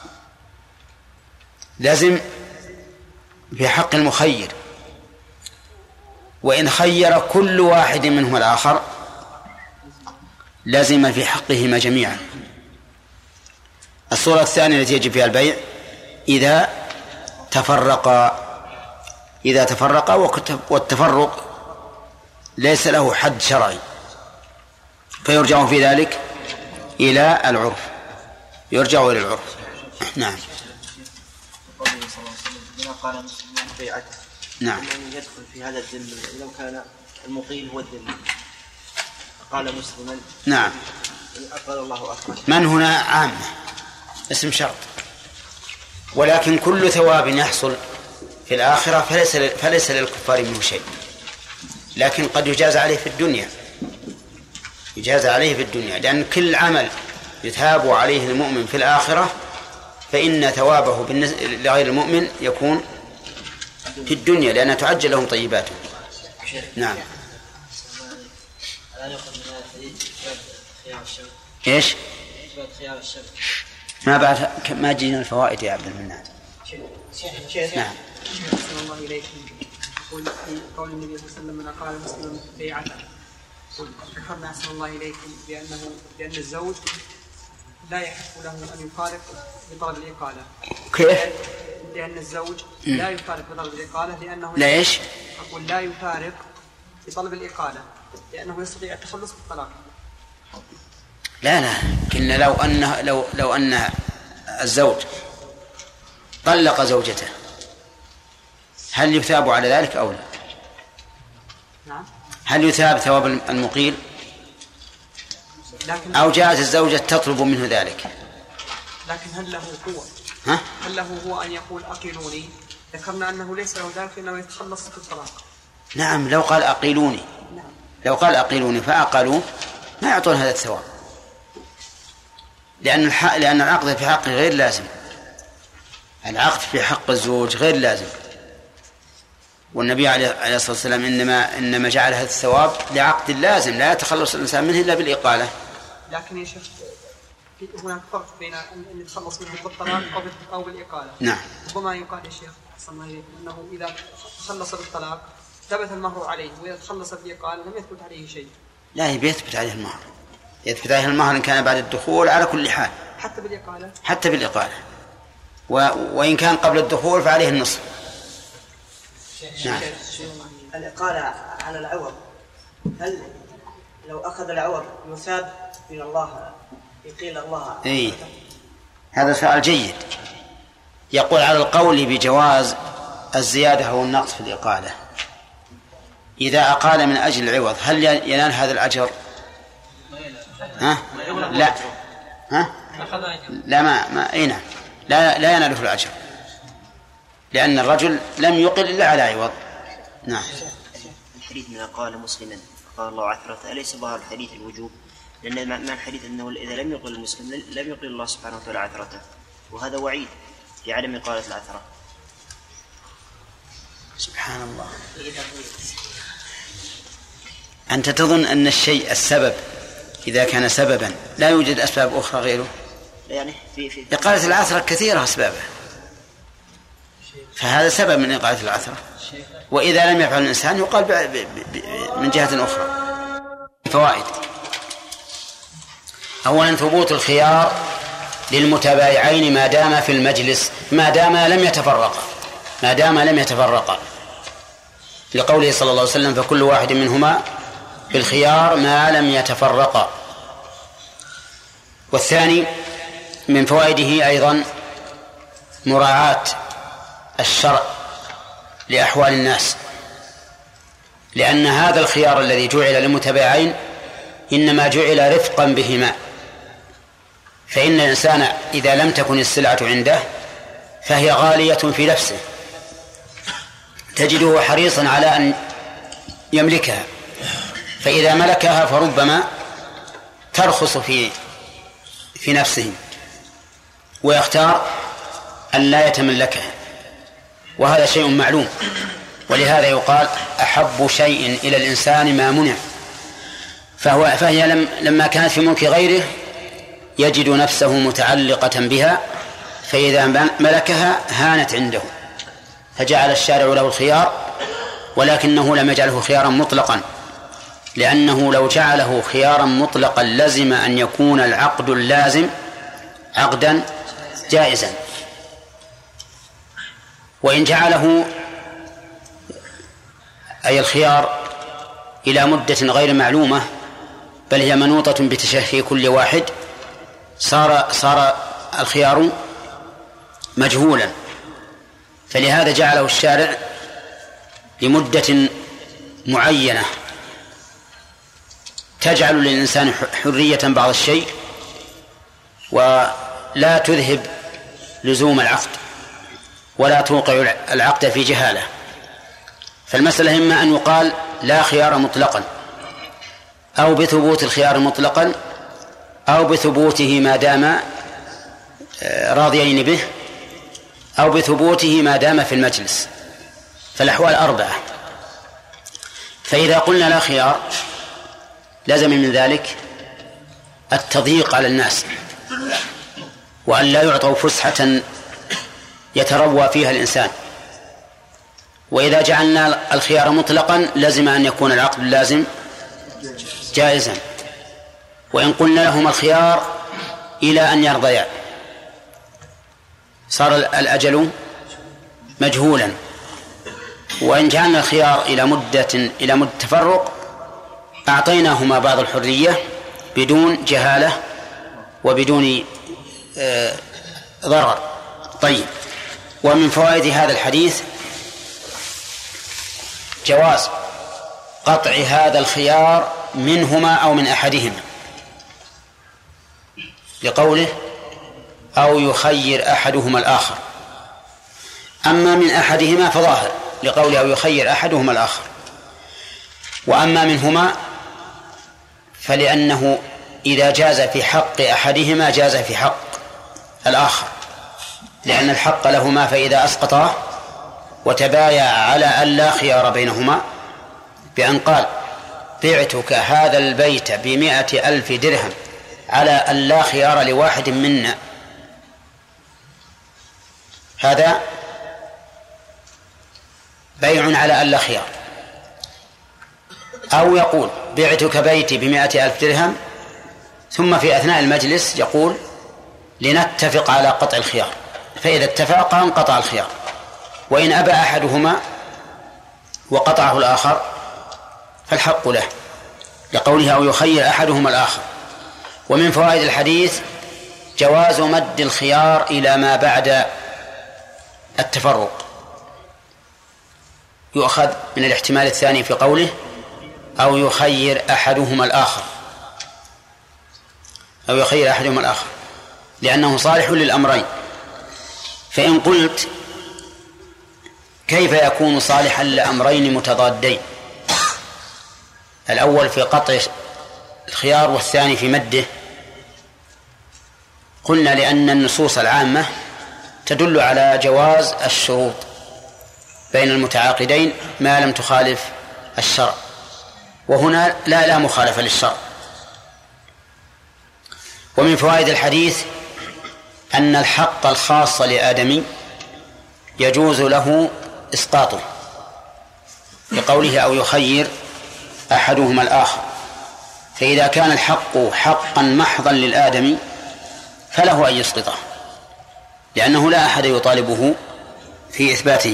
لزم في حق المخير، وإن خير كل واحد منهما الآخر لزم في حقهما جميعا. الصورة الثانية التي يجب فيها البيع إذا تفرقا إذا تفرقا والتفرق ليس له حد شرعي، فيرجع في ذلك إلى العرف، يرجع إلى العرف. نعم. قال مسلم بيعته. نعم. من يدخل في هذا الذم لو كان المقيل هو الذم. قال مسلما. نعم. قال الله أكبر. من هنا عامة اسم شرط، ولكن كل ثواب يحصل في الآخرة فليس فليس للكفار منه شيء، لكن قد يجاز عليه في الدنيا، يجاز عليه في الدنيا، لأن كل عمل يثاب عليه المؤمن في الآخرة فإن ثوابه لغير المؤمن يكون في الدنيا، لأنها تعجل لهم طيباته. نعم. إيش؟ ما بعد ما جينا الفوائد يا عبد المنان. نعم. أحسن الله إليكم. قول في قول النبي صلى الله عليه وسلم من قال مسلم بيعته، ذكرنا أحسن الله إليكم بأنه بأن الزوج لا يحق له أن يفارق بطلب الإقالة. كيف؟ لأن الزوج لا يفارق بطلب الإقالة لأنه ليش؟ أقول لا يفارق بطلب الإقالة لأنه يستطيع التخلص بالطلاق. لا لا كنا لو أن لو لو أن الزوج طلق زوجته هل يثاب على ذلك أو لا؟ نعم. هل يثاب ثواب المقيل أو جاءت الزوجة تطلب منه ذلك؟ لكن هل له هو ها؟ هل له هو أن يقول أقيلوني؟ ذكرنا أنه ليس له ذلك إنه يتخلص بالطلاق. نعم لو قال أقيلوني. نعم. لو قال أقيلوني فأقلوه ما يعطون هذا الثواب، لأن الحق لأن العقد في حقه غير لازم، العقد في حق الزوج غير لازم، والنبي عليه الصلاة والسلام إنما إنما جعل هذا الثواب لعقد لازم لا يتخلص الإنسان منه إلا بالإقالة. لكن يا شيخ هناك فرق بين أن يتخلص منه بالطلاق أو بالإقالة. نعم. ربما يقال يا شيخ أنه إذا تخلص بالطلاق ثبت المهر عليه، وإذا تخلص بالإقالة لم يثبت عليه شيء. لا يثبت عليه المهر، يثبت عليه المهر إن كان بعد الدخول على كل حال. حتى بالإقالة. حتى بالإقالة، و... وإن كان قبل الدخول فعليه النصف. نعم. الإقالة على العوض، هل لو أخذ العوض يثاب من الله يقيل الله؟ إيه هذا سؤال جيد. يقول على القول بجواز الزيادة أو النقص في الإقالة، إذا أقال من أجل العوض هل ينال هذا الأجر؟ ها؟ لا. ها؟ لا ما ما أي نعم لا لا يناله الأجر، لأن الرجل لم يقل إلا على عوض. نعم. الحديث من قال مسلما قال الله عثرته، أليس ظاهر الحديث الوجوب؟ لأن معنى الحديث أنه إذا لم يقل المسلم لم يقل الله سبحانه وتعالى عثرته، وهذا وعيد في عدم إقالة العثرة. سبحان الله. أنت تظن أن الشيء السبب إذا كان سببا لا يوجد أسباب أخرى غيره؟ يعني في في إقالة العثرة كثيرة أسبابها، فهذا سبب من إقالة العثرة، وإذا لم يفعل الإنسان يقال ب... ب... ب... من جهة أخرى. فوائد. أولا ثبوت الخيار للمتبايعين ما دام في المجلس، ما دام لم يتفرقا، ما دام لم يتفرقا، لقوله صلى الله عليه وسلم: فكل واحد منهما بالخيار ما لم يتفرقا. والثاني من فوائده أيضا مراعاة الشرع لأحوال الناس، لأن هذا الخيار الذي جعل للمتبايعين إنما جعل رفقا بهما، فإن الإنسان إذا لم تكن السلعة عنده فهي غالية في نفسه، تجده حريصا على أن يملكها، فإذا ملكها فربما ترخص في في نفسه ويختار أن لا يتملكها، وهذا شيء معلوم. ولهذا يقال: أحب شيء إلى الإنسان ما منع، فهو فهي لم لما كانت في ملك غيره يجد نفسه متعلقة بها، فإذا ملكها هانت عنده، فجعل الشارع له الخيار، ولكنه لم يجعله خيارا مطلقا، لأنه لو جعله خيارا مطلقا لزم أن يكون العقد اللازم عقدا جائزا. وإن جعله أي الخيار إلى مدة غير معلومة، بل هي منوطة بتشهي كل واحد، صار صار الخيار مجهولا. فلهذا جعله الشارع لمدة معينة تجعل للإنسان حرية بعض الشيء ولا تذهب لزوم العقد ولا توقع العقد في جهالة. فالمسألة إما أن يقال لا خيار مطلقا، أو بثبوت الخيار مطلقا، أو بثبوته ما دام راضيين به، أو بثبوته ما دام في المجلس، فالأحوال أربعة. فإذا قلنا لا خيار لازم من ذلك التضييق على الناس، وأن لا يعطوا فسحة يتروى فيها الإنسان. وإذا جعلنا الخيار مطلقا لازم أن يكون العقد اللازم جائزا. وإن قلنا لهم الخيار إلى أن يرضيا صار الأجل مجهولا. وإن جعلنا الخيار إلى مدة إلى مدة تفرق أعطيناهما بعض الحرية بدون جهالة وبدون آه ضرر. طيب، ومن فوائد هذا الحديث جواز قطع هذا الخيار منهما أو من أحدهما، لقوله: أو يخير أحدهما الآخر. أما من أحدهما فظاهر، لقوله: أو يخير أحدهما الآخر. وأما منهما فلأنه إذا جاز في حق أحدهما جاز في حق الآخر، لأن الحق لهما، فإذا أسقطاه وتبايع على أن لا خيار بينهما بأن قال: بعتك هذا البيت بمائة ألف درهم على أن لا خيار لواحد منا، هذا بيع على أن لا خيار. أو يقول: بعتك بيتي بمائة ألف درهم، ثم في أثناء المجلس يقول: لنتفق على قطع الخيار، فإذا اتفقا انقطع الخيار. وإن أبى أحدهما وقطعه الآخر فالحق له، لقوله: أو يخير أحدهما الآخر. ومن فوائد الحديث جواز مد الخيار إلى ما بعد التفرق، يؤخذ من الاحتمال الثاني في قوله: أو يخير أحدهما الآخر، أو يخير أحدهما الآخر، لأنه صالح للأمرين. فإن قلت: كيف يكون صالحا لأمرين متضادين، الأول في قطع الخيار والثاني في مده؟ قلنا: لأن النصوص العامة تدل على جواز الشروط بين المتعاقدين ما لم تخالف الشرع، وهنا لا لا مخالفة للشرع. ومن فوائد الحديث أن الحق الخاص لآدمي يجوز له إسقاطه، لقوله: أو يخير أحدهما الآخر. فإذا كان الحق حقا محضا للآدمي فله أن يسقطه، لأنه لا أحد يطالبه في إثباته.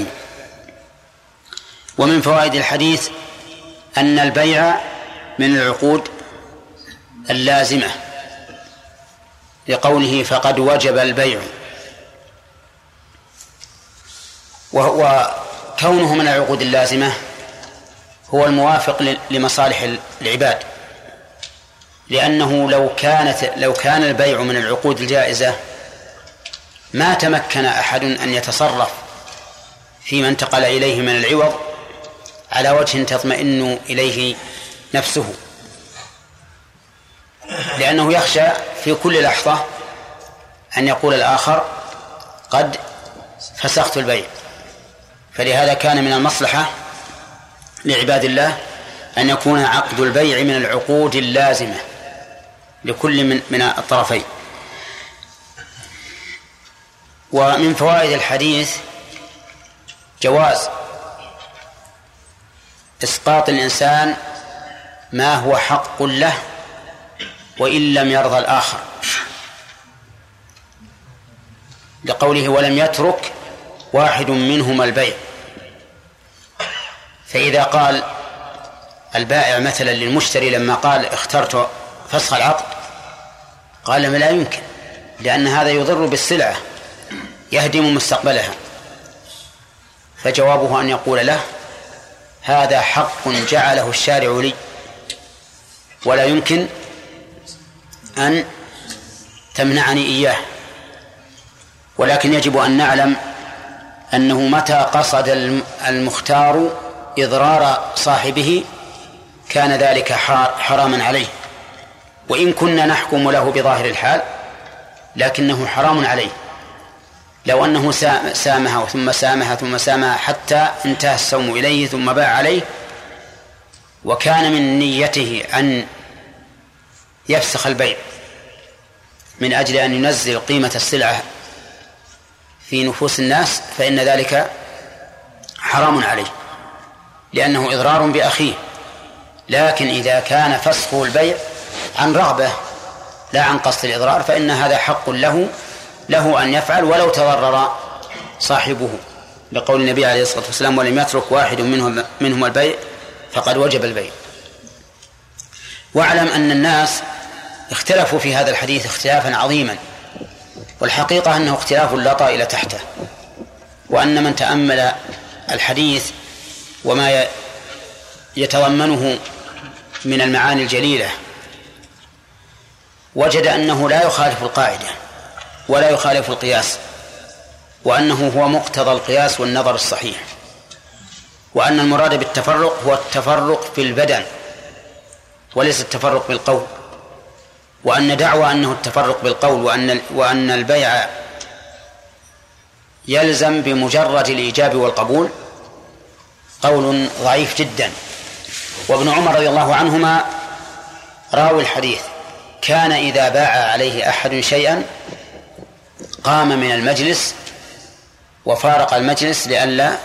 ومن فوائد الحديث أن البيع من العقود اللازمة، لقوله فقد وجب البيع، وكونه من العقود اللازمة هو الموافق لمصالح العباد، لأنه لو كانت لو كان البيع من العقود الجائزة ما تمكن أحد أن يتصرف فيما انتقل إليه من العوض على وجه تطمئن إليه نفسه، لأنه يخشى في كل لحظة أن يقول الآخر قد فسخت البيع. فلهذا كان من المصلحة لعباد الله أن يكون عقد البيع من العقود اللازمة لكل من, من الطرفين. ومن فوائد الحديث جواز إسقاط الإنسان ما هو حق له وإن لم يرضى الآخر، لقوله ولم يترك واحد منهما البيع. فإذا قال البائع مثلا للمشتري لما قال اخترت فسخ العقد، قال لما لا يمكن، لأن هذا يضر بالسلعة يهدم مستقبلها، فجوابه أن يقول له هذا حق جعله الشارع لي ولا يمكن أن تمنعني إياه، ولكن يجب أن نعلم أنه متى قصد المختار إضرار صاحبه كان ذلك حراما عليه، وإن كنا نحكم له بظاهر الحال لكنه حرام عليه. لو أنه سامها ثم سامها ثم سامها حتى انتهى السوم إليه ثم باع عليه، وكان من نيته أن يفسخ البيع من أجل أن ينزل قيمة السلعة في نفوس الناس، فإن ذلك حرام عليه لأنه إضرار بأخيه. لكن إذا كان فسخ البيع عن رغبة لا عن قصد الإضرار فإن هذا حق له له أن يفعل ولو تضرر صاحبه، لقول النبي عليه الصلاة والسلام ولم يترك واحد منهم منهم البيع فقد وجب البيع. واعلم أن الناس اختلفوا في هذا الحديث اختلافا عظيما، والحقيقة أنه اختلاف لا طائل تحته، وأن من تأمل الحديث وما يتضمنه من المعاني الجليلة وجد أنه لا يخالف القاعدة ولا يخالف القياس، وأنه هو مقتضى القياس والنظر الصحيح، وأن المراد بالتفرق هو التفرق في البدن وليس التفرق بالقول، وأن دعوى أنه التفرق بالقول وأن وأن البيع يلزم بمجرد الإيجاب والقبول قول ضعيف جدا. وابن عمر رضي الله عنهما راوي الحديث كان إذا باع عليه أحد شيئا قام من المجلس وفارق المجلس لئلا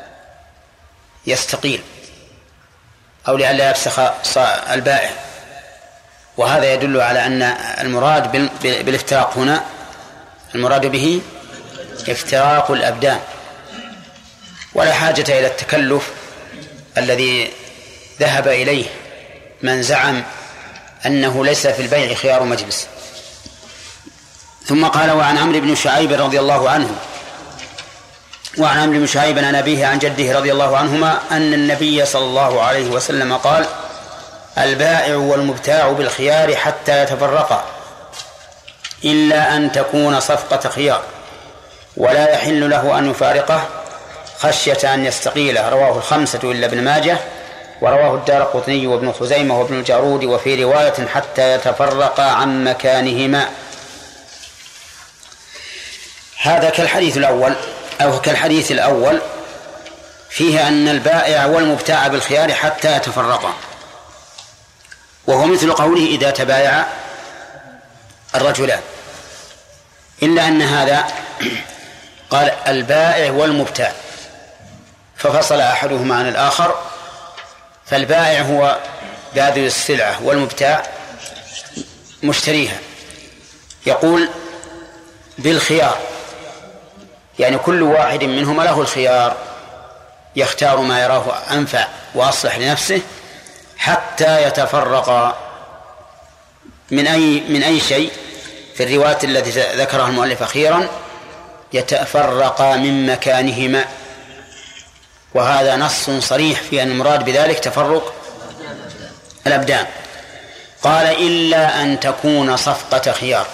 يستقيل أو لئلا يفسخ البائع، وهذا يدل على أن المراد بالافتراق هنا المراد به افتراق الأبدان، ولا حاجة إلى التكلف الذي ذهب إليه من زعم أنه ليس في البيع خيار مجلس. ثم قال وعن عمرو بن شعيب رضي الله عنه وعن عمرو بن شعيب عن أبيه عن جده رضي الله عنهما أن النبي صلى الله عليه وسلم قال البائع والمبتاع بالخيار حتى يتفرقا إلا أن تكون صفقة خيار ولا يحل له أن يفارقه خشية أن يستقيله. رواه الخمسة إلا ابن ماجه، ورواه الدارقطني وابن خزيمة وابن الجارود، وفي رواية حتى يتفرقا عن مكانهما. هذا كالحديث الأول أو كالحديث الأول فيه أن البائع والمبتاع بالخيار حتى يتفرقا، وهو مثل قوله إذا تبايع الرجلان، إلا أن هذا قال البائع والمبتاع ففصل أحدهما عن الآخر، فالبائع هو باذل السلعة والمبتاع مشتريها. يقول بالخيار، يعني كل واحد منهما له الخيار يختار ما يراه أنفع وأصلح لنفسه حتى يتفرق من أي من أي شيء. في الرواية التي ذكرها المؤلف أخيرا يتفرق من مكانهما، وهذا نص صريح في أن المراد بذلك تفرق الأبدان. قال إلا أن تكون صفقة خيار.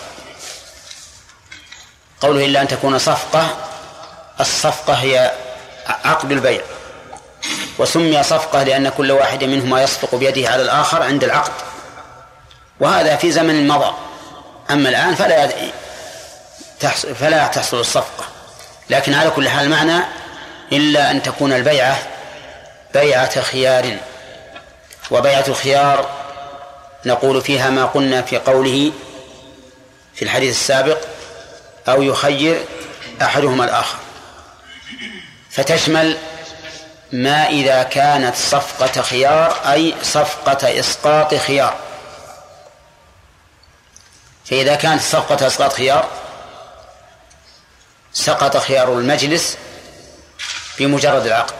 قوله إلا أن تكون صفقة، الصفقة هي عقد البيع، وسمي صفقة لأن كل واحد منهما يصفق بيده على الآخر عند العقد، وهذا في زمن مضى. أما الآن فلا تحصل فلا تحصل الصفقة. لكن على كل حال المعنى إلا أن تكون البيعة بيعة خيار. وبيعة الخيار نقول فيها ما قلنا في قوله في الحديث السابق أو يخير أحدهما الآخر، فتشمل ما إذا كانت صفقة خيار أي صفقة إسقاط خيار. فإذا كانت صفقة إسقاط خيار سقط خيار المجلس بمجرد العقد.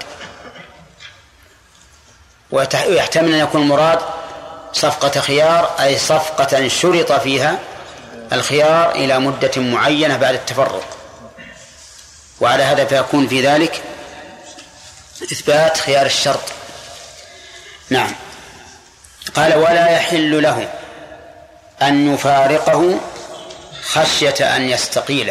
ويحتمل أن يكون المراد صفقة خيار أي صفقة شرط فيها الخيار إلى مدة معينة بعد التفرق، وعلى هذا فيكون في ذلك إثبات خيار الشرط. نعم. قال ولا يحل له أن يفارقه خشية أن يستقيله.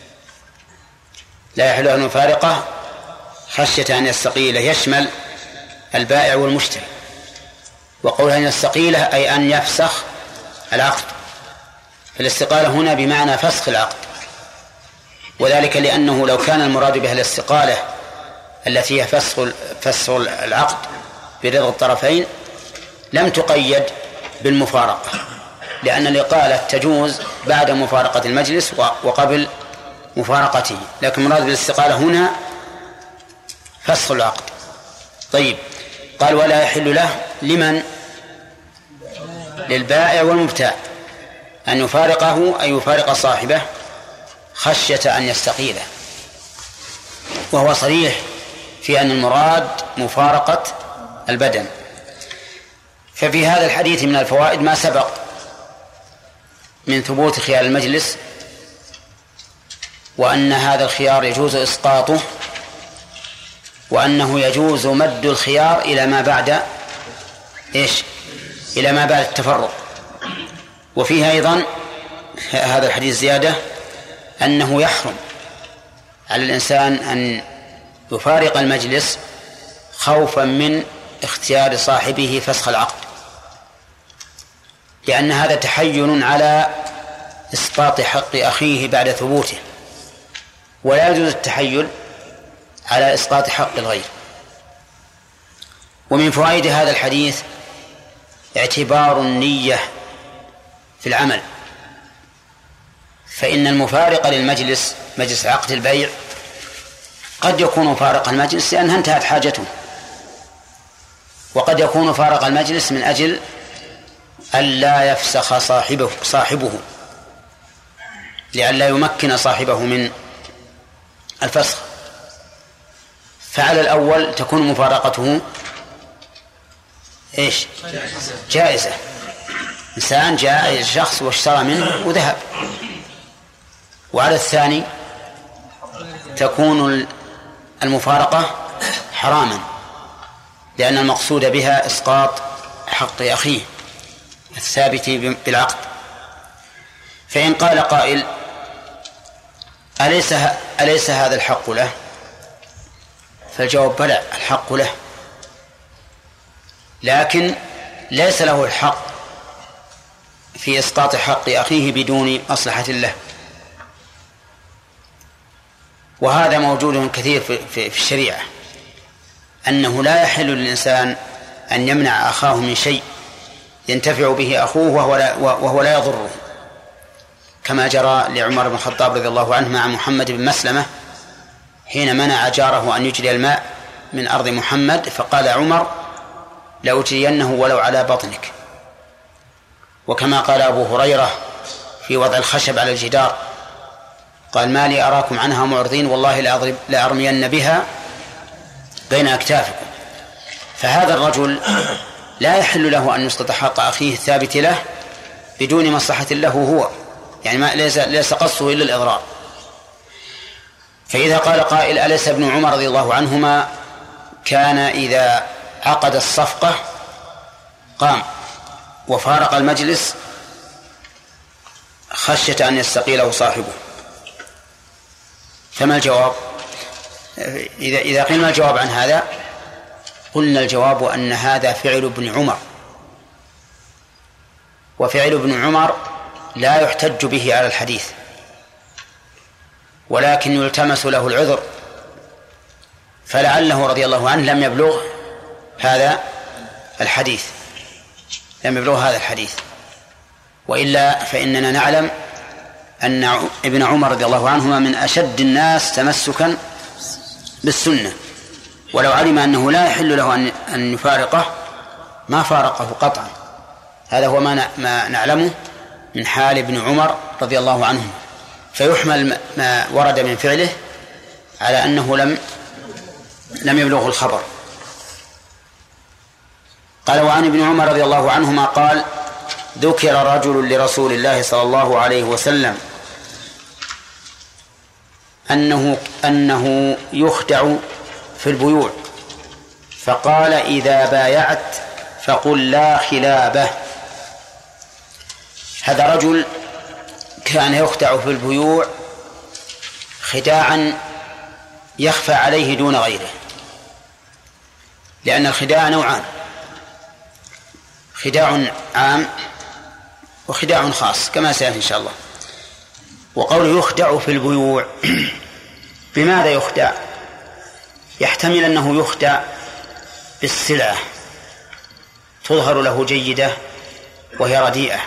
لا يحل أن يفارقه خشية أن يستقيله يشمل البائع والمشتري. وقولها أن يستقيله أي أن يفسخ العقد. الاستقالة هنا بمعنى فسخ العقد، وذلك لأنه لو كان المراد بها الاستقالة التي هي فسخ فسخ العقد برضا الطرفين لم تقيد بالمفارقة، لأن الإقالة تجوز بعد مفارقة المجلس وقبل مفارقته، لكن المراد بالاستقالة هنا فسخ العقد. طيب، قال ولا يحل له لمن؟ للبائع والمبتاع أن يفارقه أي يفارق صاحبه خشية أن يستقيله، وهو صريح في أن المراد مفارقة البدن. ففي هذا الحديث من الفوائد ما سبق من ثبوت خيار المجلس، وأن هذا الخيار يجوز إسقاطه، وأنه يجوز مد الخيار إلى ما بعد إيش؟ إلى ما بعد التفرق. وفيها أيضا هذا الحديث زيادة أنه يحرم على الإنسان أن يفارق المجلس خوفا من اختيار صاحبه فسخ العقد، لأن هذا تحيل على إسقاط حق أخيه بعد ثبوته، ولا يجوز التحيل على إسقاط حق الغير. ومن فوائد هذا الحديث اعتبار النية في العمل، فإن المفارق للمجلس مجلس عقد البيع قد يكون فارق المجلس لأنها انتهت حاجته، وقد يكون فارق المجلس من أجل ألا يفسخ صاحبه صاحبه لئلا يمكن صاحبه من الفسخ. فعلى الأول تكون مفارقته إيش؟ جائزة. إنسان جاء شخص واشترى منه وذهب. وعلى الثاني تكون المفارقة حراما، لأن المقصود بها إسقاط حق أخيه الثابت بالعقد. فإن قال قائل أليس, أليس هذا الحق له؟ فالجواب بلى، الحق له، لكن ليس له الحق في إسقاط حق أخيه بدون مصلحة له. وهذا موجود كثير في, في, في الشريعة، أنه لا يحل للإنسان أن يمنع أخاه من شيء ينتفع به أخوه وهو لا, وهو لا يضره، كما جرى لعمر بن الخطاب رضي الله عنه مع محمد بن مسلمة حين منع جاره أن يجري الماء من أرض محمد، فقال عمر لأجرينه ولو على بطنك. وكما قال أبو هريرة في وضع الخشب على الجدار قال: ما لي أراكم عنها معرضين والله لأضرب لأرمين بها بين أكتافكم. فهذا الرجل لا يحل له أن يسقط حق أخيه الثابت له بدون مصلحة له هو، يعني ما ليس, ليس قصده إلا الإضرار. فإذا قال قائل: أليس ابن عمر رضي الله عنهما كان إذا عقد الصفقة قام وفارق المجلس خشية أن يستقيله صاحبه؟ فما الجواب؟ إذا إذا قلنا الجواب عن هذا قلنا الجواب أن هذا فعل ابن عمر، وفعل ابن عمر لا يحتج به على الحديث، ولكن يلتمس له العذر، فلعله رضي الله عنه لم يبلغ هذا الحديث لم يبلغ هذا الحديث وإلا فإننا نعلم أن ابن عمر رضي الله عنهما من أشد الناس تمسكا بالسنة، ولو علم أنه لا يحل له أن يفارقه ما فارقه قطعا. هذا هو ما نعلمه من حال ابن عمر رضي الله عنه، فيحمل ما ورد من فعله على أنه لم لم يبلغه الخبر. قال: وعن ابن عمر رضي الله عنهما قال: ذكر رجل لرسول الله صلى الله عليه وسلم أنه أنه يخدع في البيوع، فقال: إذا بايعت فقل لا خلابه. هذا رجل كان يخدع في البيوع خداعا يخفى عليه دون غيره، لأن الخداع نوعان: خداع عام وخداع خاص كما سيأتي إن شاء الله. وقوله يخدع في البيوع بماذا يخدع؟ يحتمل أنه يخدع بالسلعة تظهر له جيدة وهي رديئة،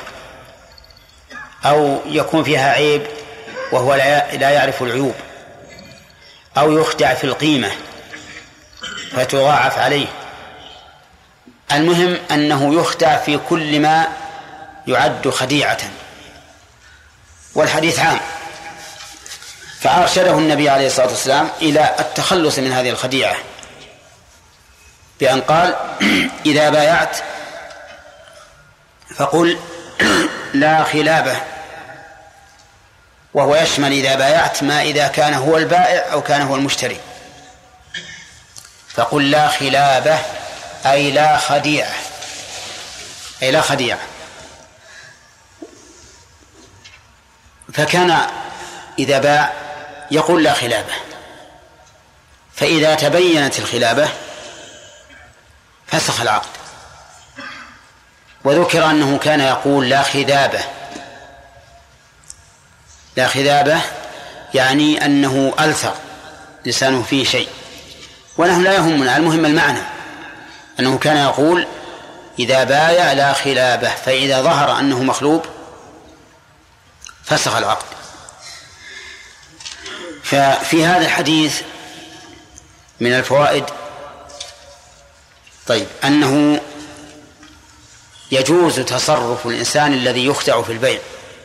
أو يكون فيها عيب وهو لا يعرف العيوب، أو يخدع في القيمة فتضاعف عليه. المهم أنه يخدع في كل ما يعد خديعة، والحديث عام، فأرشده النبي عليه الصلاة والسلام إلى التخلص من هذه الخديعة بأن قال: إذا بايعت فقل لا خلابه، وهو يشمل إذا بايعت ما إذا كان هو البائع أو كان هو المشتري. فقل لا خلابه أي لا خديعة، أي لا خديعة. فكان إذا باع يقول لا خلابه، فإذا تبينت الخلابة فسخ العقد. وذكر أنه كان يقول لا خذابة. لا خذابة يعني أنه ألثر لسانه فيه شيء، ونحن لا يهمنا، المهم المعنى، أنه كان يقول إذا بايع لا خلابة، فإذا ظهر أنه مخلوب فسخ العقد. ففي هذا الحديث من الفوائد طيب أنه يجوز تصرف الإنسان الذي يخدع في البيع،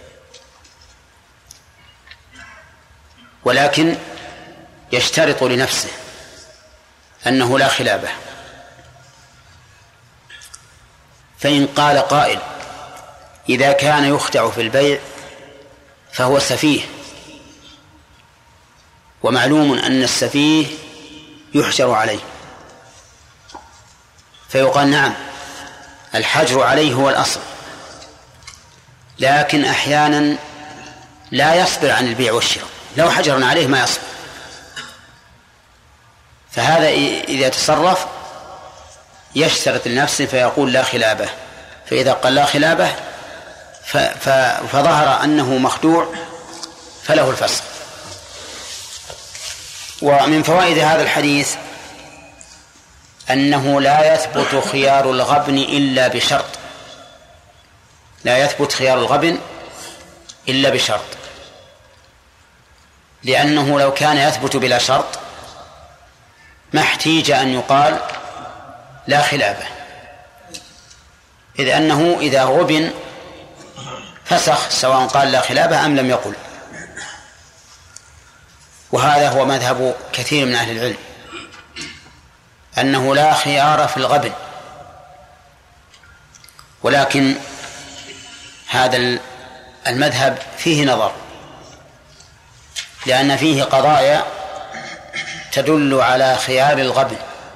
ولكن يشترط لنفسه أنه لا خلابه. فإن قال قائل: إذا كان يخدع في البيع فهو سفيه، ومعلوم أن السفيه يحجر عليه، فيقال نعم الحجر عليه هو الأصل، لكن أحيانا لا يصبر عن البيع والشراء، لو حجرنا عليه ما يصبر، فهذا إذا تصرف يشترط لنفسه فيقول لا خلابه. فإذا قال لا خلابه فظهر أنه مخدوع فله الفسخ. ومن فوائد هذا الحديث أنه لا يثبت خيار الغبن إلا بشرط، لا يثبت خيار الغبن إلا بشرط، لأنه لو كان يثبت بلا شرط ما احتيج أن يقال لا خلابه، إذ أنه إذا غبن فسخ سواء قال لا خلافة أم لم يقل. وهذا هو مذهب كثير من أهل العلم أنه لا خيار في الغبن، ولكن هذا المذهب فيه نظر، لأن فيه قضايا تدل على خيار الغبن،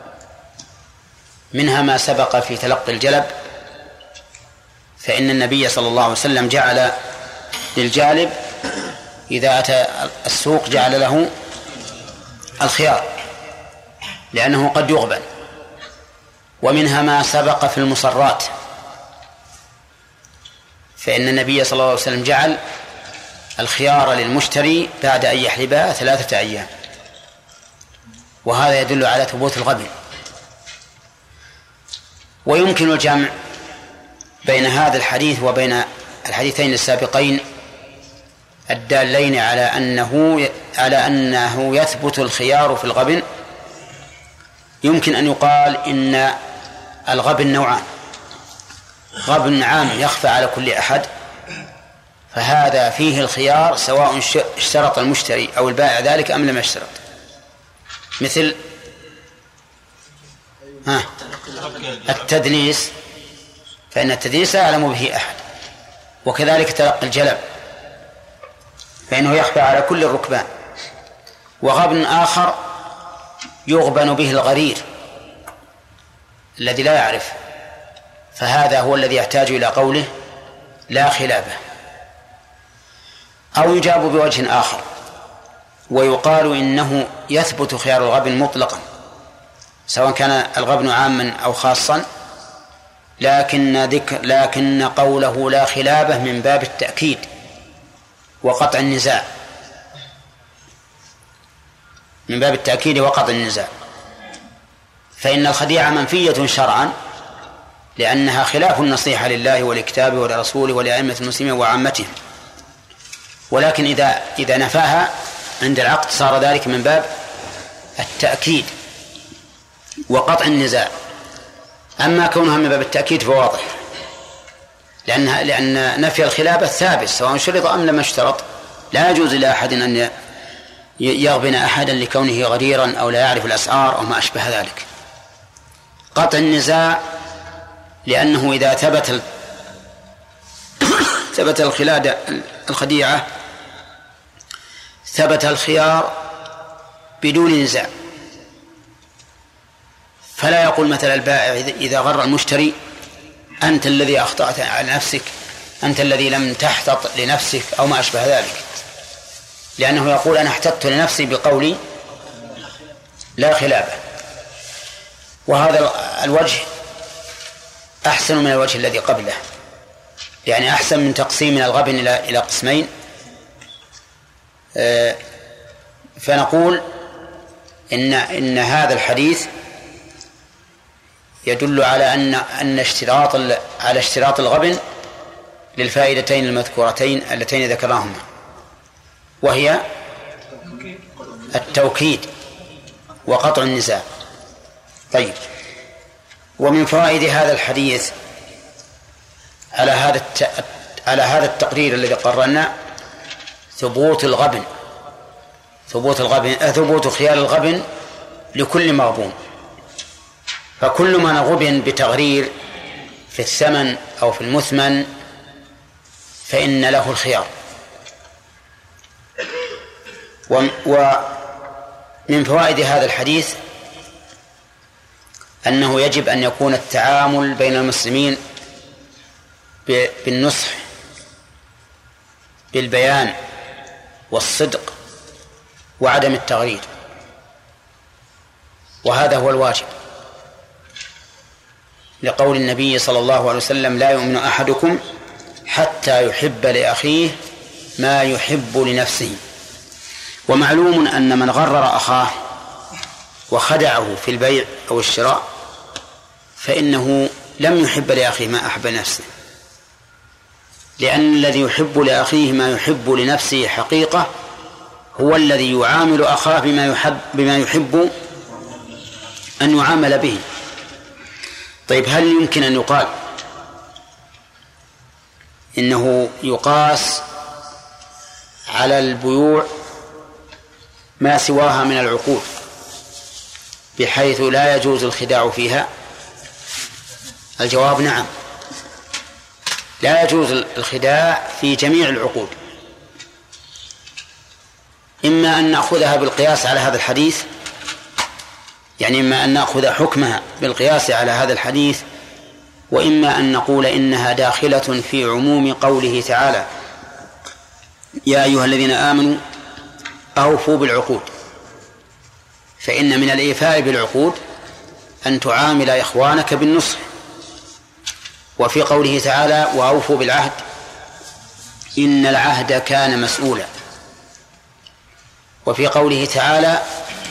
منها ما سبق في تلقي الجلب، فإن النبي صلى الله عليه وسلم جعل للجالب إذا أتى السوق جعل له الخيار لأنه قد يغبن. ومنها ما سبق في المصرات، فإن النبي صلى الله عليه وسلم جعل الخيار للمشتري بعد أن يحلبها ثلاثة أيام، وهذا يدل على ثبوت الغبن. ويمكن الجمع بين هذا الحديث وبين الحديثين السابقين الدالين على أنه على أنه يثبت الخيار في الغبن. يمكن أن يقال إن الغبن نوعان: غبن عام يخفى على كل أحد، فهذا فيه الخيار سواء اشترط المشتري أو البائع ذلك أم لم يشترط، مثل ها التدليس، فإن التدليس لا يعلم به أحد، وكذلك تلقي الجلب فإنه يخفى على كل الركبان. وغبن آخر يغبن به الغرير الذي لا يعرف، فهذا هو الذي يحتاج إلى قوله لا خلافه. أو يجاب بوجه آخر ويقال إنه يثبت خيار الغبن مطلقا سواء كان الغبن عاما أو خاصا، لكن ذكر لكن قوله لا خلافه من باب التأكيد وقطع النزاع، من باب التأكيد وقطع النزاع، فإن الخديعة منفية شرعا لأنها خلاف النصيحة لله ولكتابه ولرسوله ولأئمة المسلمين وعامتهم، ولكن إذا إذا نفاها عند العقد صار ذلك من باب التأكيد وقطع النزاع. أما كونها من باب التأكيد فواضح، لأنها لأن نفي الخلافة ثابت سواء شرط أم لم يشترط، لا يجوز لأحد أن يغبن أحدا لكونه غريرا أو لا يعرف الأسعار أو ما أشبه ذلك. قطع النزاع لأنه إذا ثبت ثبت الخلادة الخديعة ثبت الخيار بدون نزاع، فلا يقول مثل البائع إذا غر المشتري أنت الذي أخطأت على نفسك، أنت الذي لم تحتط لنفسك أو ما أشبه ذلك، لأنه يقول أنا احتطت لنفسي بقولي لا خلافه. وهذا الوجه أحسن من الوجه الذي قبله، يعني أحسن من تقسيم الغبن إلى إلى قسمين. فنقول إن إن هذا الحديث يدل على أن أن اشتراط على اشتراط الغبن للفائدتين المذكورتين اللتين ذكرناهما، وهي التوكيد وقطع النزاع. طيب، ومن فوائد هذا الحديث على هذا الت... على هذا التقرير الذي قررنا ثبوت الغبن ثبوت الغبن ثبوت خيار الغبن لكل مغبون، فكل من غبن بتغرير في الثمن أو في المثمن فإن له الخيار. ومن فوائد هذا الحديث أنه يجب أن يكون التعامل بين المسلمين بالنصح بالبيان والصدق وعدم التغرير، وهذا هو الواجب، لقول النبي صلى الله عليه وسلم لا يؤمن أحدكم حتى يحب لأخيه ما يحب لنفسه. ومعلوم أن من غرر أخاه وخدعه في البيع أو الشراء فإنه لم يحب لأخيه ما أحب لنفسه، لأن الذي يحب لأخيه ما يحب لنفسه حقيقة هو الذي يعامل أخاه بما يحب, بما يحب أن يعامل به. طيب، هل يمكن أن يقال إنه يقاس على البيوع ما سواها من العقود بحيث لا يجوز الخداع فيها؟ الجواب نعم، لا يجوز الخداع في جميع العقود. إما أن نأخذها بالقياس على هذا الحديث، يعني إما أن نأخذ حكمها بالقياس على هذا الحديث، وإما أن نقول إنها داخلة في عموم قوله تعالى: يا أيها الذين آمنوا أوفوا بالعقود. فإن من الإيفاء بالعقود أن تعامل إخوانك بالنصح. وفي قوله تعالى: وأوفوا بالعهد إن العهد كان مسؤولا. وفي قوله تعالى: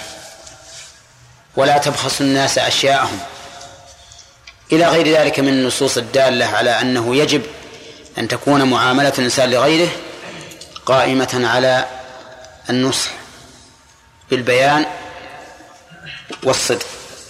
ولا تبخسوا الناس أشياءهم، إلى غير ذلك من النصوص الدالة على أنه يجب أن تكون معاملة الإنسان لغيره قائمة على النصح بالبيان والصدق.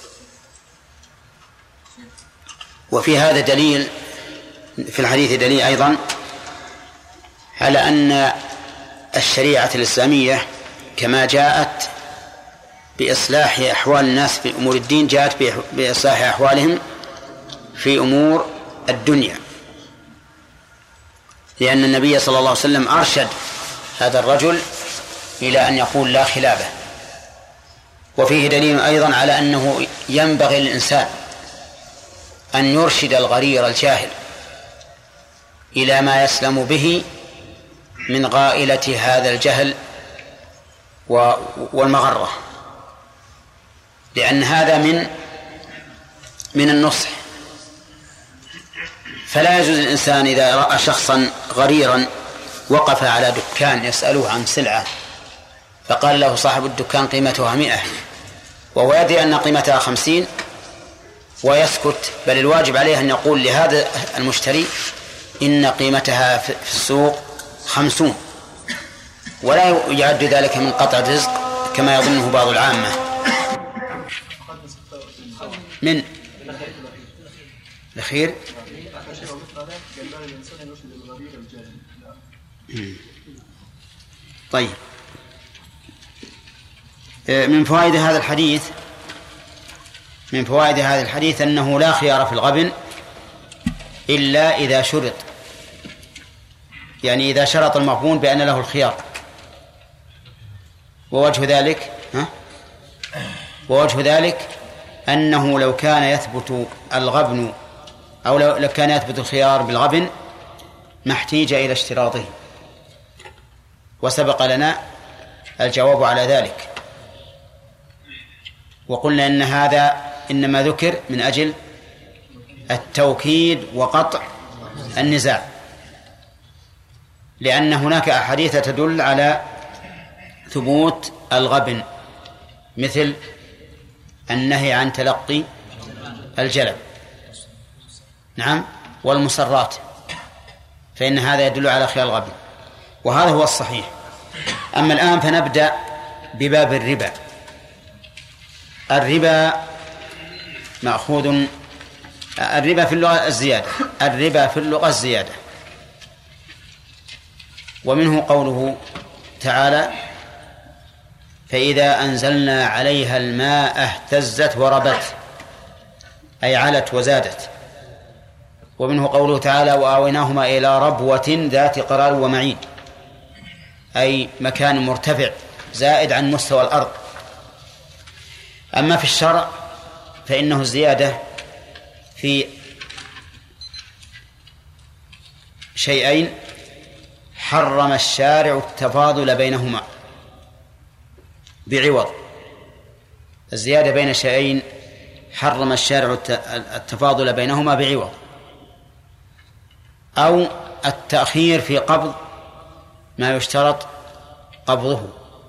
وفي هذا دليل، في الحديث دليل أيضا على أن الشريعة الإسلامية كما جاءت بإصلاح أحوال الناس في أمور الدين جاءت بإصلاح أحوالهم في أمور الدنيا، لأن النبي صلى الله عليه وسلم أرشد هذا الرجل إلى أن يقول لا خلافه. وفيه دليل أيضا على أنه ينبغي للإنسان أن يرشد الغرير الجاهل إلى ما يسلم به من غائلة هذا الجهل والمغرة، لأن هذا من من النصح. فلا يجوز الإنسان إذا رأى شخصا غريرا وقف على دكان يسأله عن سلعة فقال له صاحب الدكان قيمتها مئة وهو يدري أن قيمتها خمسين ويسكت، بل الواجب عليه أن يقول لهذا المشتري إن قيمتها في السوق خمسون، ولا يعد ذلك من قطع الرزق كما يظنه بعض العامة. من الأخير طيب. من فوائد هذا الحديث من فوائد هذا الحديث أنه لا خيار في الغبن إلا إذا شرط، يعني إذا شرط المغبون بأن له الخيار. ووجه ذلك ها؟ ووجه ذلك أنه لو كان يثبت الغبن أو لو كان يثبت الخيار بالغبن ما احتيج إلى اشتراطه، وسبق لنا الجواب على ذلك. وقلنا إن هذا إنما ذكر من أجل التوكيد وقطع النزاع، لأن هناك أحاديث تدل على ثبوت الغبن، مثل النهي عن تلقي الجلب نعم والمسرات، فإن هذا يدل على خيار الغبن، وهذا هو الصحيح. أما الآن فنبدأ بباب الربا. الربا مأخوذ الربا في اللغة الزيادة الربا في اللغة الزيادة ومنه قوله تعالى: فإذا أنزلنا عليها الماء اهتزت وربت، أي علت وزادت. ومنه قوله تعالى: وآويناهما إلى ربوة ذات قرار ومعين، أي مكان مرتفع زائد عن مستوى الأرض. أما في الشرع فإنه الزيادة في شيئين حرم الشارع التفاضل بينهما بعوض. الزيادة بين شيئين حرم الشارع التفاضل بينهما بعوض، أو التأخير في قبض ما يشترط قبضه،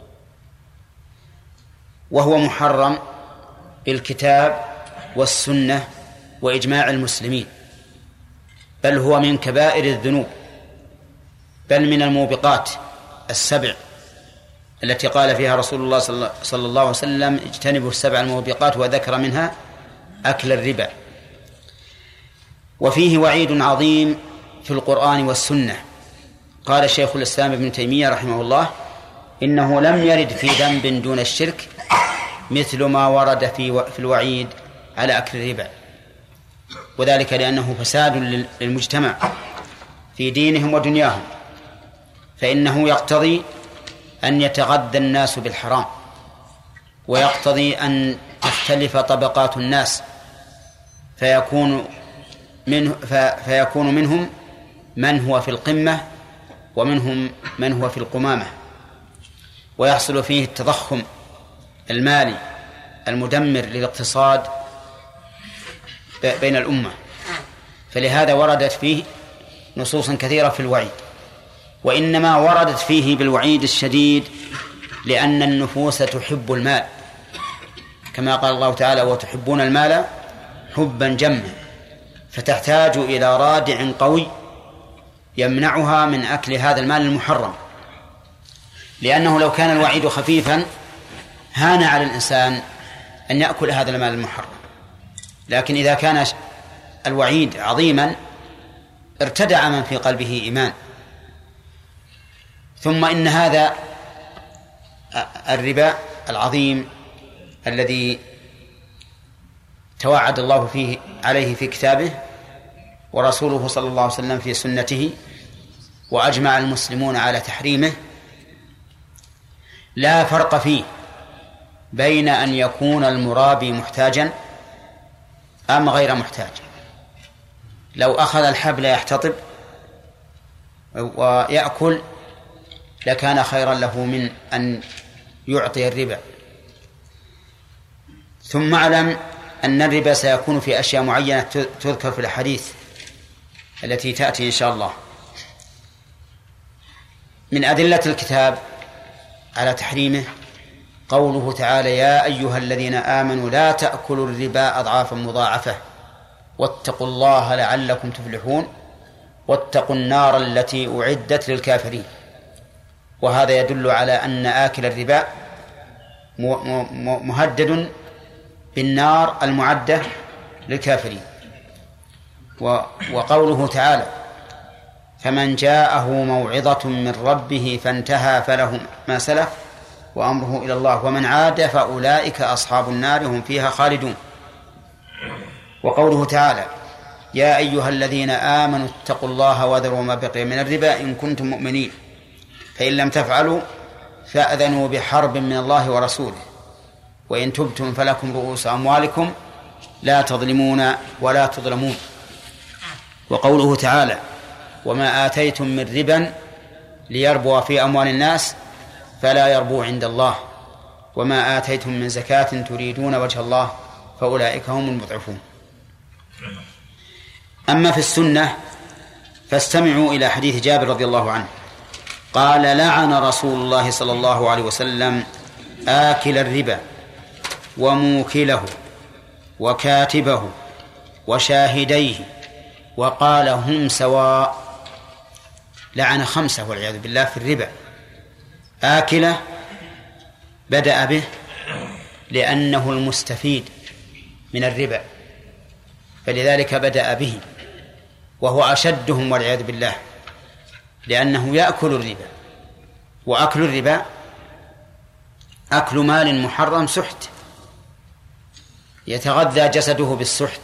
وهو محرم بالكتاب والسنة وإجماع المسلمين، بل هو من كبائر الذنوب، بل من الموبقات السبع التي قال فيها رسول الله صلى الله عليه وسلم: اجتنبوا السبع الموبقات، وذكر منها أكل الربا. وفيه وعيد عظيم في القرآن والسنة. قال شيخ الإسلام ابن تيمية رحمه الله: إنه لم يرد في ذنب دون الشرك مثل ما ورد في في الوعيد على أكل الربا، وذلك لأنه فساد للمجتمع في دينهم ودنياهم، فإنه يقتضي أن يتغذى الناس بالحرام، ويقتضي أن تختلف طبقات الناس، فيكون منه فيكون منهم من هو في القمة ومنهم من هو في القمامة، ويحصل فيه التضخم المالي المدمر للاقتصاد بين الأمة. فلهذا وردت فيه نصوص كثيرة في الوعيد، وإنما وردت فيه بالوعيد الشديد لأن النفوس تحب المال، كما قال الله تعالى: وتحبون المال حبا جما، فتحتاج إلى رادع قوي يمنعها من أكل هذا المال المحرم، لأنه لو كان الوعيد خفيفا هان على الإنسان أن يأكل هذا المال المحرم، لكن إذا كان الوعيد عظيما ارتدع من في قلبه إيمان. ثم إن هذا الربا العظيم الذي توعد الله فيه عليه في كتابه ورسوله صلى الله عليه وسلم في سنته وأجمع المسلمون على تحريمه، لا فرق فيه بين أن يكون المرابي محتاجا أم غير محتاج. لو أخذ الحبل يحتطب ويأكل لكان خيرا له من أن يعطي الربا. ثم اعلم أن الربا سيكون في أشياء معينة تذكر في الحديث التي تأتي إن شاء الله. من أدلة الكتاب على تحريمه قوله تعالى: يا أيها الذين آمنوا لا تأكلوا الربا أضعافا مضاعفة واتقوا الله لعلكم تفلحون واتقوا النار التي أعدت للكافرين. وهذا يدل على أن آكل الربا مهدد بالنار المعدة للكافرين. وقوله تعالى: فمن جاءه موعظة من ربه فانتهى فله ما سلف وأمره إلى الله ومن عاد فأولئك أصحاب النار هم فيها خالدون. وقوله تعالى: يا أيها الذين آمنوا اتقوا الله وذروا ما بقي من الربا إن كنتم مؤمنين فإن لم تفعلوا فأذنوا بحرب من الله ورسوله وإن تبتم فلكم رؤوس أموالكم لا تظلمون ولا تظلمون. وقوله تعالى: وما آتيتم من ربا ليربو في أموال الناس فلا يربو عند الله وما آتيتم من زكاة تريدون وجه الله فأولئك هم المضعفون. أما في السنة فاستمعوا إلى حديث جابر رضي الله عنه قال: لعن رسول الله صلى الله عليه وسلم آكل الربا وموكله وكاتبه وشاهديه وقال هم سواء. لعن خمسة والعياذ بالله في الربا. آكله بدأ به لأنه المستفيد من الربا فلذلك بدأ به، وهو أشدهم والعياذ بالله لأنه يأكل الربا، وأكل الربا أكل مال محرم سحت، يتغذى جسده بالسحت،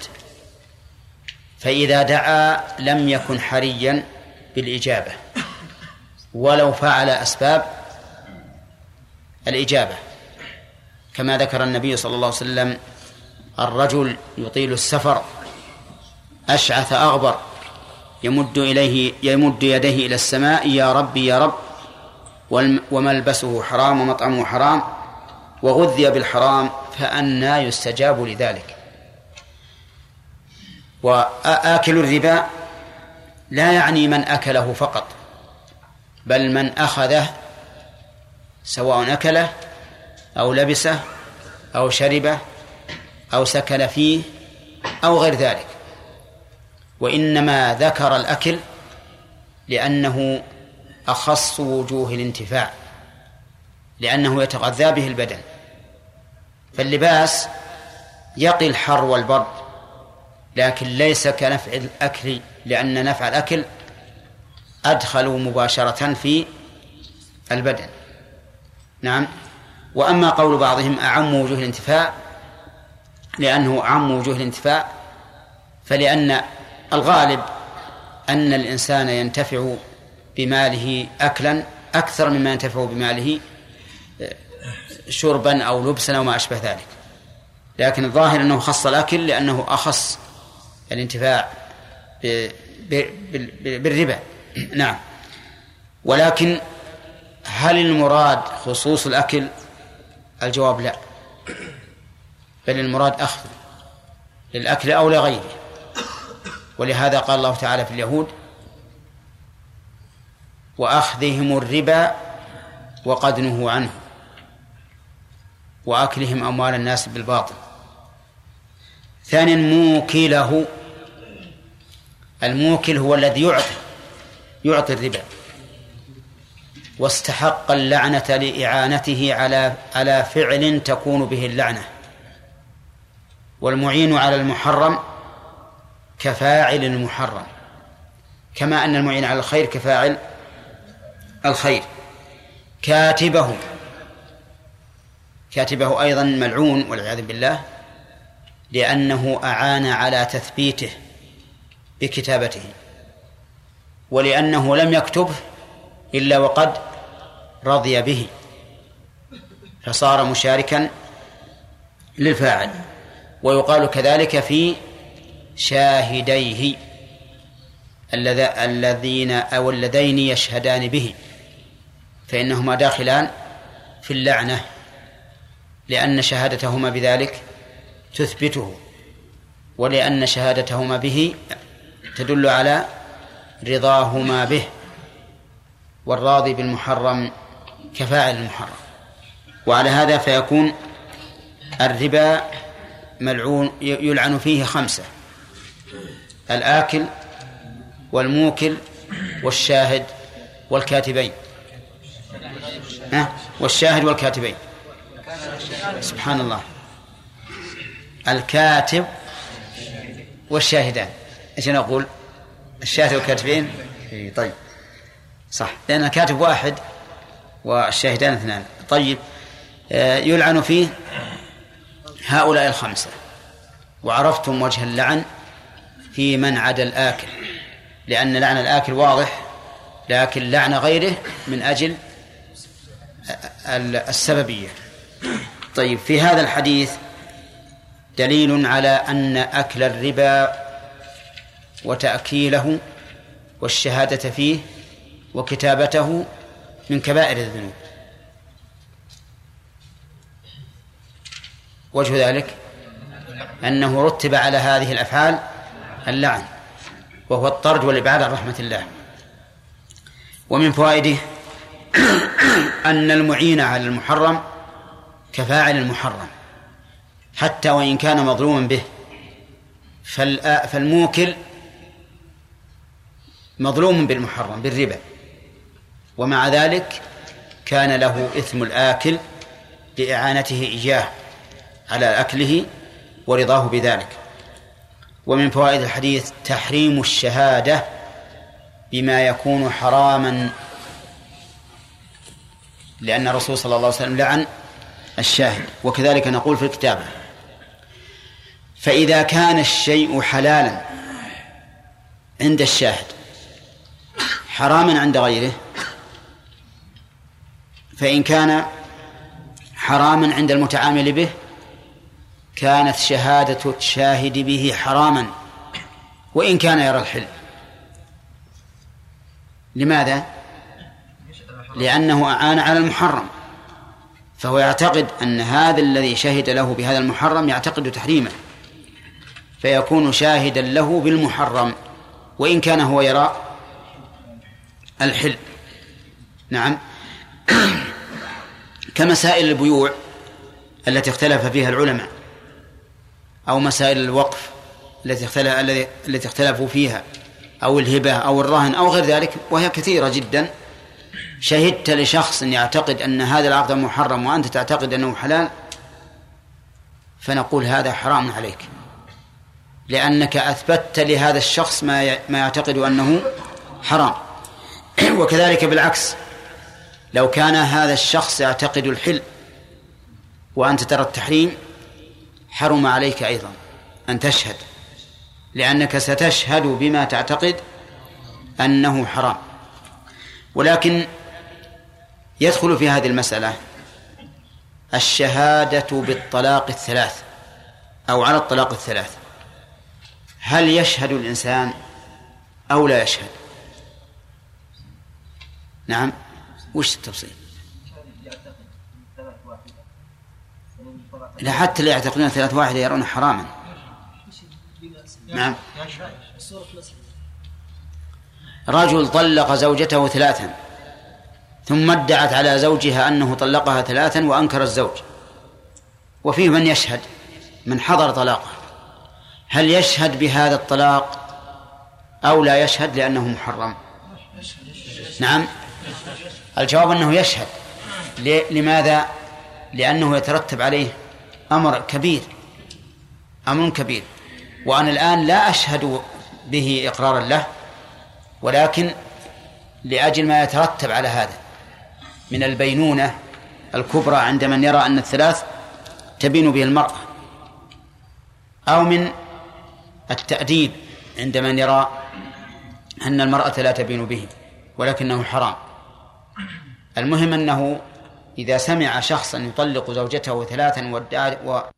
فإذا دعا لم يكن حريا بالإجابة ولو فعل أسباب الإجابة، كما ذكر النبي صلى الله عليه وسلم: الرجل يطيل السفر أشعث أغبر يمد إليه يمد يديه إلى السماء يا ربي يا رب وملبسه حرام ومطعمه حرام وغذي بالحرام فأنى يستجاب لذلك. وآكل الربا لا يعني من أكله فقط، بل من أخذه سواء أكله أو لبسه أو شربه أو سكن فيه أو غير ذلك. وإنما ذكر الأكل لأنه أخص وجوه الانتفاع، لأنه يتغذى به البدن. فاللباس يقي الحر والبرد، لكن ليس كنفع الأكل، لأن نفع الأكل أدخلوا مباشرة في البدن. نعم. وأما قول بعضهم أعم وجوه الانتفاع، لأنه أعم وجوه الانتفاع فلأن الغالب أن الإنسان ينتفع بماله أكلا أكثر مما ينتفع بماله شربا أو لبسا أو ما أشبه ذلك، لكن الظاهر أنه خص الأكل لأنه أخص الانتفاع بالربا. نعم. ولكن هل المراد خصوص الأكل؟ الجواب لا، بل المراد أخذ للأكل أو لغيره. ولهذا قال الله تعالى في اليهود وأخذهم الربا وقد نهوا عنه وأكلهم أموال الناس بالباطل. ثانيا موكله، الموكل هو الذي يعطي يعطي الربا واستحق اللعنة لإعانته على على فعل تكون به اللعنة. والمعين على المحرم كفاعل المحرم، كما أن المعين على الخير كفاعل الخير. كاتبه، كاتبه أيضا ملعون والعياذ بالله، لأنه أعان على تثبيته بكتابته، ولأنه لم يكتبه إلا وقد رضي به فصار مشاركا للفاعل. ويقال كذلك في شاهديه الذين أو اللذين يشهدان به، فإنهما داخلان في اللعنة، لأن شهادتهما بذلك تثبته، ولأن شهادتهما به تدل على رضاهما به، والراضي بالمحرم كفاعل المحرم. وعلى هذا فيكون الربا ملعون يلعن فيه خمسة: الآكل والموكل والشاهد والكاتبين. ها؟ والشاهد والكاتبين. سبحان الله. الكاتب والشاهدان، ايش نقول؟ الشاهد والكاتبين. طيب صح، لأن الكاتب واحد والشاهدان اثنان. طيب يلعن فيه هؤلاء الخمسة. وعرفتم وجه اللعن في من عدا الآكل، لأن لعن الآكل واضح، لكن لعن غيره من أجل السببية. طيب في هذا الحديث دليل على أن أكل الربا وتأكيله والشهادة فيه وكتابته من كبائر الذنوب. وجه ذلك أنه رتب على هذه الأفعال اللعن، وهو الطرد والإبعاد عن رحمة الله. ومن فوائده أن المعين على المحرم كفاعل المحرم حتى وإن كان مظلوما به. فالموكل مظلوم بالمحرم بالربا، ومع ذلك كان له إثم الآكل لإعانته إياه على أكله ورضاه بذلك. ومن فوائد الحديث تحريم الشهادة بما يكون حراما، لأن الرسول صلى الله عليه وسلم لعن الشاهد. وكذلك نقول في الكتابة. فإذا كان الشيء حلالا عند الشاهد حراما عند غيره، فإن كان حراما عند المتعامل به كانت شهادة الشاهد به حراما وإن كان يرى الحل. لماذا؟ لأنه أعان على المحرم، فهو يعتقد أن هذا الذي شهد له بهذا المحرم يعتقد تحريمه، فيكون شاهدا له بالمحرم وإن كان هو يرى الحل. نعم. كمسائل البيوع التي اختلف فيها العلماء، أو مسائل الوقف التي اختلف التي اختلفوا فيها، أو الهبة أو الرهن أو غير ذلك، وهي كثيرة جدا. شهدت لشخص يعتقد أن هذا العقد محرم وأنت تعتقد أنه حلال، فنقول هذا حرام عليك، لأنك أثبتت لهذا الشخص ما ما يعتقد أنه حرام. وكذلك بالعكس، لو كان هذا الشخص يعتقد الحل وأنت ترى التحريم حرم عليك أيضا أن تشهد، لأنك ستشهد بما تعتقد أنه حرام. ولكن يدخل في هذه المسألة الشهادة بالطلاق الثلاث أو على الطلاق الثلاث، هل يشهد الإنسان أو لا يشهد؟ نعم، وش التفصيل؟ لا، حتى اللي يعتقدون ثلاث واحدة يرون حراما. نعم، رجل طلق زوجته ثلاثا ثم ادعت على زوجها أنه طلقها ثلاثا وأنكر الزوج، وفيه من يشهد من حضر طلاقه، هل يشهد بهذا الطلاق أو لا يشهد لأنه محرم؟ نعم، الجواب أنه يشهد. لماذا؟ لأنه يترتب عليه أمر كبير، أمر كبير، وأنا الآن لا أشهد به إقرارا له، ولكن لأجل ما يترتب على هذا من البينونة الكبرى عند من يرى أن الثلاث تبين به المرأة، أو من التأديب عند من يرى أن المرأة لا تبين به ولكنه حرام. المهم أنه إذا سمع شخصا يطلق زوجته ثلاثا